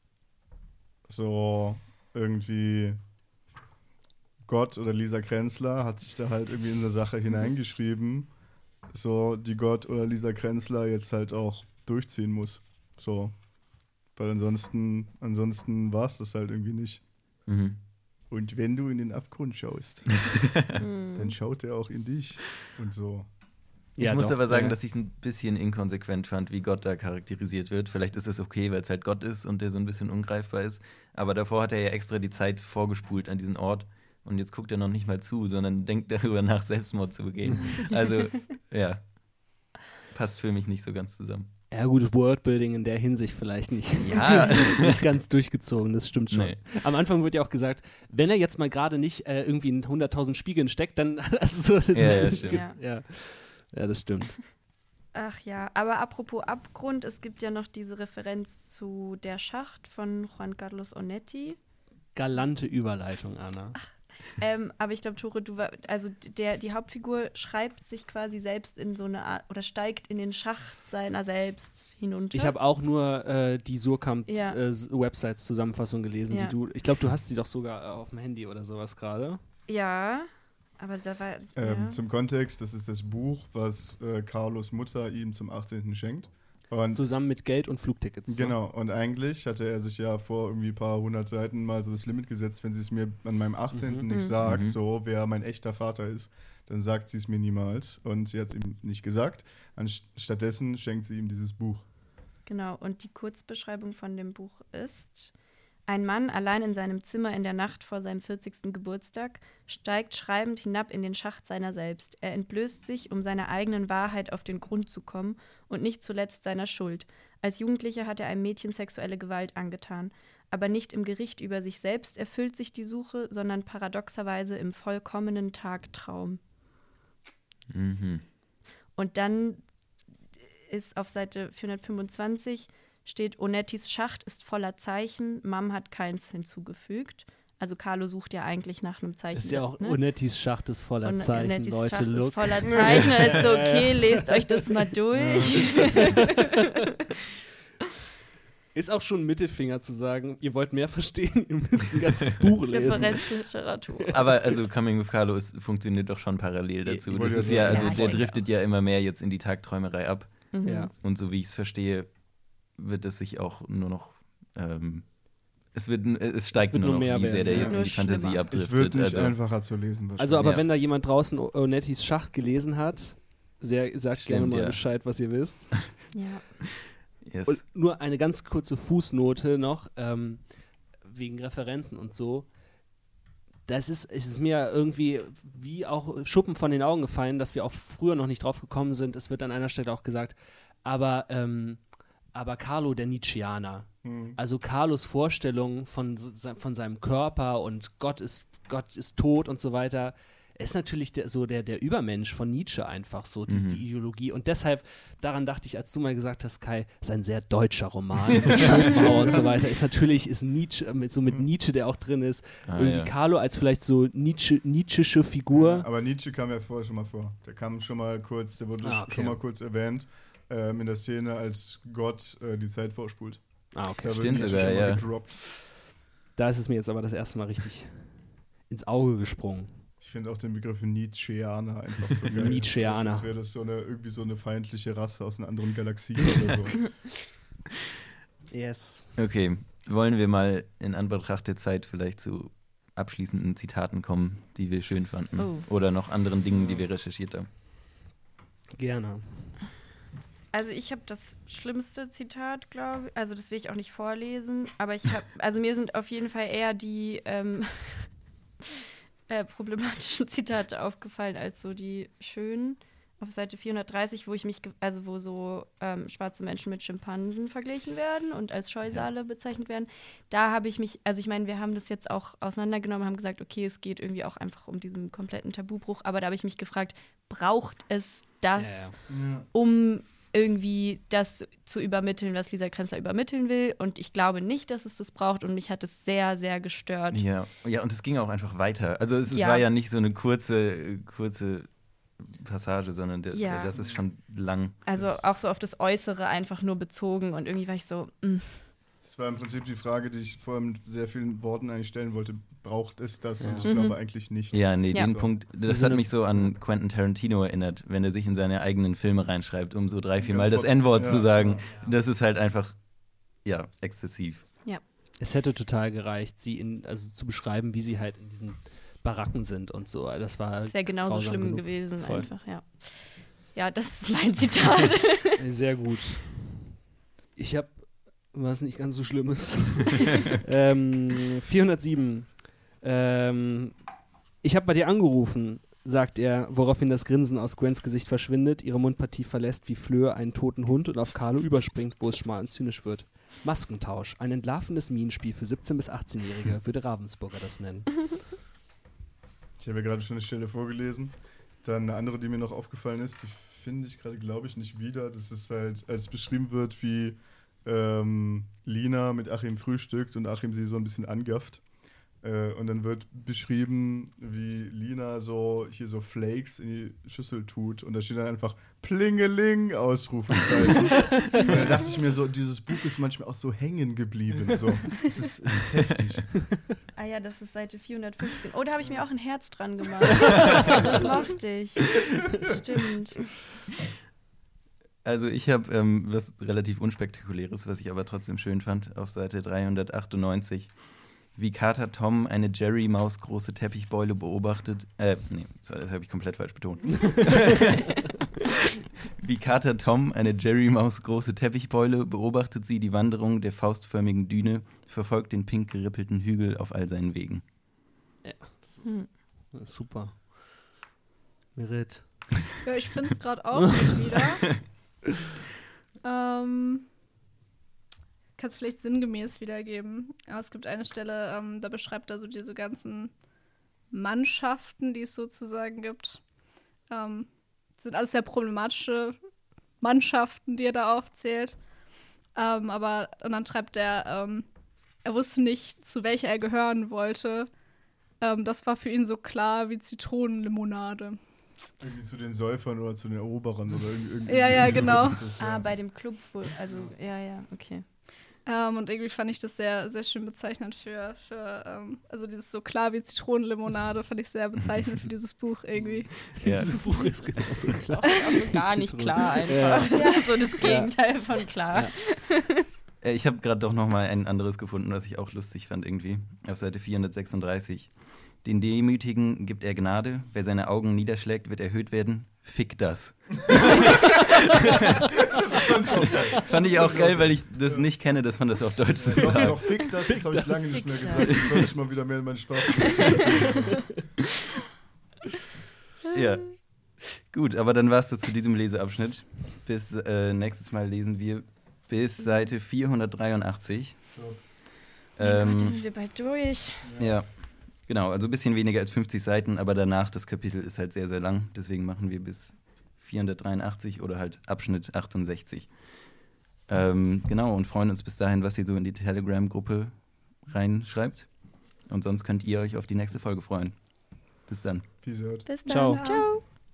so irgendwie Gott oder Lisa Krenzler hat sich da halt irgendwie in eine Sache hineingeschrieben so die Gott oder Lisa Krenzler jetzt halt auch durchziehen muss. So. Weil ansonsten, ansonsten war es das halt irgendwie nicht. Mhm. Und wenn du in den Abgrund schaust, dann schaut er auch in dich und so. Ich Ja, muss doch, aber sagen, ja. dass ich es ein bisschen inkonsequent fand, wie Gott da charakterisiert wird. Vielleicht ist es okay, weil es halt Gott ist und der so ein bisschen ungreifbar ist. Aber davor hat er ja extra die Zeit vorgespult an diesen Ort. Und jetzt guckt er noch nicht mal zu, sondern denkt darüber nach, Selbstmord zu begehen. Also, ja, passt für mich nicht so ganz zusammen. Ja gut, Wordbuilding in der Hinsicht vielleicht nicht. Ja. nicht ganz durchgezogen, das stimmt schon. Nee. Am Anfang wird ja auch gesagt, wenn er jetzt mal gerade nicht äh, irgendwie in hunderttausend Spiegeln steckt, dann also so, das Ja, ja, ist, es stimmt. gibt, ja. ja, das stimmt. Ach ja, aber apropos Abgrund, es gibt ja noch diese Referenz zu Der Schacht von Juan Carlos Onetti. Galante Überleitung, Anna. Ähm, aber ich glaube, Tore, du war, also der, die Hauptfigur schreibt sich quasi selbst in so eine Art, oder steigt in den Schacht seiner selbst hinunter. Ich habe auch nur äh, die Ja. Surkamp-Websites-Zusammenfassung gelesen, Ja. die du, ich glaube, du hast sie doch sogar äh, auf dem Handy oder sowas gerade. Ja, aber da war, Ähm, ja. Zum Kontext, das ist das Buch, was äh, Carlos Mutter ihm zum achtzehnten schenkt. Und Zusammen mit Geld und Flugtickets. genau, und eigentlich hatte er sich ja vor irgendwie ein paar hundert Seiten mal so das Limit gesetzt, wenn sie es mir an meinem achtzehnten Mhm. nicht Mhm. sagt, Mhm. so wer mein echter Vater ist, dann sagt sie es mir niemals. Und sie hat es ihm nicht gesagt. Anst- Stattdessen schenkt sie ihm dieses Buch. Genau, und die Kurzbeschreibung von dem Buch ist: Ein Mann allein in seinem Zimmer in der Nacht vor seinem vierzigsten Geburtstag steigt schreibend hinab in den Schacht seiner selbst. Er entblößt sich, um seiner eigenen Wahrheit auf den Grund zu kommen und nicht zuletzt seiner Schuld. Als Jugendlicher hat er einem Mädchen sexuelle Gewalt angetan. Aber nicht im Gericht über sich selbst erfüllt sich die Suche, sondern paradoxerweise im vollkommenen Tagtraum. Mhm. Und dann ist auf Seite vierhundertfünfundzwanzig steht, Onettis Schacht ist voller Zeichen, Mam hat keins hinzugefügt. Also Carlo sucht ja eigentlich nach einem Zeichen. Ist ja auch ne? Onettis Schacht ist voller Und Zeichen, Onettis Leute, Schacht look. ist voller Zeichen. Und ist so, okay, lest euch das mal durch. Ist auch schon ein Mittelfinger zu sagen, ihr wollt mehr verstehen, ihr müsst ein ganzes Buch lesen. Referenzliteratur. Aber also Coming with Carlo ist, funktioniert doch schon parallel dazu. Ich Das wollte ist ja ja, sagen. also Ja, ich der denke driftet ja immer mehr jetzt in die Tagträumerei ab. Mhm. Ja. Und so wie ich es verstehe, wird es sich auch nur noch, ähm, es, wird, es steigt wird nur nur noch, mehr wie sehr werden, der ja. jetzt in Nur die Fantasie schlimmer. abdriftet. Es wird nicht also, einfacher zu lesen. Also, aber Ja. wenn da jemand draußen O- Onettis Schacht gelesen hat, sehr, sagt Stimmt, gerne mal ja. Bescheid, was ihr wisst. Ja. yes. Und nur eine ganz kurze Fußnote noch, ähm, wegen Referenzen und so. Das ist, es ist mir irgendwie wie auch Schuppen von den Augen gefallen, dass wir auch früher noch nicht drauf gekommen sind. Es wird an einer Stelle auch gesagt, aber, ähm, aber Carlo, der Nietzscheaner, Hm. also Carlos Vorstellung von, se- von seinem Körper und Gott ist, Gott ist tot und so weiter, ist natürlich der, so der, der Übermensch von Nietzsche einfach so, die, Mhm. die Ideologie. Und deshalb, daran dachte ich, als du mal gesagt hast, Kai, ist ein sehr deutscher Roman mit Schopenhauer und so weiter, ist natürlich, ist Nietzsche, mit, so mit Nietzsche, der auch drin ist, Ah, irgendwie ja. Carlo als vielleicht so Nietzsche, Nietzschische Figur. Ja, aber Nietzsche kam ja vorher schon mal vor. Der kam schon mal kurz, der wurde Ah, sch- okay. schon mal kurz erwähnt ähm, in der Szene, als Gott äh, die Zeit vorspult. Ah, okay. Da wird Stimmt Nietzsche sogar, schon mal ja. gedroppt. Da ist es mir jetzt aber das erste Mal richtig ins Auge gesprungen. Ich finde auch den Begriff Nietzscheaner einfach so geil. Nietzscheaner. Als wäre das so eine, irgendwie so eine feindliche Rasse aus einer anderen Galaxie oder so. Yes. Okay, wollen wir mal in Anbetracht der Zeit vielleicht zu abschließenden Zitaten kommen, die wir schön fanden? Oh. Oder noch anderen Dingen, die wir recherchiert haben? Gerne. Also ich habe das schlimmste Zitat, glaube ich. Also das will ich auch nicht vorlesen. Aber ich habe, also mir sind auf jeden Fall eher die ähm, äh, problematischen Zitate aufgefallen als so die schönen. Auf Seite vierhundertdreißig, wo ich mich, ge- also wo so ähm, schwarze Menschen mit Schimpansen verglichen werden und als Scheusale bezeichnet werden. Da habe ich mich, also ich meine, wir haben das jetzt auch auseinandergenommen, haben gesagt, okay, es geht irgendwie auch einfach um diesen kompletten Tabubruch. Aber da habe ich mich gefragt, braucht es das, Ja, ja. Ja. um irgendwie das zu übermitteln, was Lisa Krenzler übermitteln will. Und ich glaube nicht, dass es das braucht. Und mich hat es sehr, sehr gestört. Ja, ja, und es ging auch einfach weiter. Also es, es Ja. war ja nicht so eine kurze, kurze Passage, sondern der, Ja. der Satz ist schon lang. Also Das- auch so auf das Äußere einfach nur bezogen. Und irgendwie war ich so, mm, Das Das war im Prinzip die Frage, die ich vorher mit sehr vielen Worten eigentlich stellen wollte. Braucht es das? Ja. Und ich Mhm. glaube eigentlich nicht. Ja, nee, Ja. den So. Punkt, das So hat eine- mich so an Quentin Tarantino erinnert, wenn er sich in seine eigenen Filme reinschreibt, um so drei, vier Ganz Mal das flott. N-Wort Ja, zu sagen. ja. Das ist halt einfach, ja, exzessiv. Es hätte total gereicht, sie in, also zu beschreiben, wie sie halt in diesen Baracken sind und so. Das war Das wäre genauso grausam schlimm genug. gewesen, Voll. einfach, ja. Ja, das ist mein Zitat. Sehr gut. Ich habe was nicht ganz so Schlimmes. ähm, vierhundertsieben. Ähm, ich habe bei dir angerufen, sagt er, woraufhin das Grinsen aus Gwens Gesicht verschwindet, ihre Mundpartie verlässt wie Fleur einen toten Hund und auf Carlo überspringt, wo es schmal und zynisch wird. Maskentausch, ein entlarvendes Minenspiel für siebzehn- bis achtzehnjährige, würde Ravensburger das nennen. Ich habe ja gerade schon eine Stelle vorgelesen. Dann eine andere, die mir noch aufgefallen ist, die finde ich gerade, glaube ich, nicht wieder. Das ist halt, als es beschrieben wird, wie ähm, Lina mit Achim frühstückt und Achim sie so ein bisschen angafft. Äh, und dann wird beschrieben, wie Lina so hier so Flakes in die Schüssel tut. Und da steht dann einfach Plingeling, Ausrufezeichen. Und dann dachte ich mir so, dieses Buch ist manchmal auch so hängen geblieben. So. Das ist, das ist heftig. Ah ja, das ist Seite vierhundertfünfzehn. Oh, da habe ich mir auch ein Herz dran gemacht. Das mochte ich. Stimmt. Also ich habe ähm, was relativ Unspektakuläres, was ich aber trotzdem schön fand, auf Seite dreihundertachtundneunzig. Wie Kater Tom eine Jerry-Maus große Teppichbeule beobachtet. Äh, nee, sorry, das habe ich komplett falsch betont. Wie Kater Tom eine Jerry-Maus große Teppichbeule beobachtet sie die Wanderung der faustförmigen Düne, verfolgt den pink gerippelten Hügel auf all seinen Wegen. Ja, das ist Hm. ja, super. Merit. Ja, ich finde es gerade auch nicht wieder. ähm, kann es vielleicht sinngemäß wiedergeben. Aber es gibt eine Stelle, ähm, da beschreibt er so diese ganzen Mannschaften, die es sozusagen gibt. Ähm, sind alles sehr problematische Mannschaften, die er da aufzählt. Ähm, aber, und dann schreibt er, ähm, er wusste nicht, zu welcher er gehören wollte. Ähm, das war für ihn so klar wie Zitronenlimonade. Irgendwie zu den Säufern oder zu den Eroberern oder irgendwie. Ja, ja, genau. Das Ah, war- bei dem Club, wo, also, ja, ja, okay. Ähm, und irgendwie fand ich das sehr, sehr schön bezeichnend für, für ähm, also dieses so klar wie Zitronenlimonade fand ich sehr bezeichnend für dieses Buch irgendwie. Ja. Dieses Buch ist genauso klar. Also gar nicht Zitrone. klar einfach. Ja. So das Gegenteil von klar. Ja. Äh, Ich habe gerade doch noch mal ein anderes gefunden, was ich auch lustig fand irgendwie. Auf Seite vierhundertsechsunddreißig. Den Demütigen gibt er Gnade. Wer seine Augen niederschlägt, wird erhöht werden. Fick das. Fand ich auch geil, weil ich das nicht kenne, dass man das auf Deutsch so Doch, sagt. doch, fick das, das habe ich lange nicht Fick mehr das. gesagt. Ich sollte ich mal wieder mehr in meinen Spaß. Ja. Gut, aber dann war es das zu diesem Leseabschnitt. Bis äh, nächstes Mal lesen wir bis Seite vierhundertdreiundachtzig. Mein Gott, Ähm, dann sind wir bald durch. ja, genau, also ein bisschen weniger als fünfzig Seiten, aber danach das Kapitel ist halt sehr, sehr lang. Deswegen machen wir bis vierhundertdreiundachtzig oder halt Abschnitt achtundsechzig. Ähm, genau, und freuen uns bis dahin, was ihr so in die Telegram-Gruppe reinschreibt. Und sonst könnt ihr euch auf die nächste Folge freuen. Bis dann. Peace out. Bis dann. Ciao. Ciao.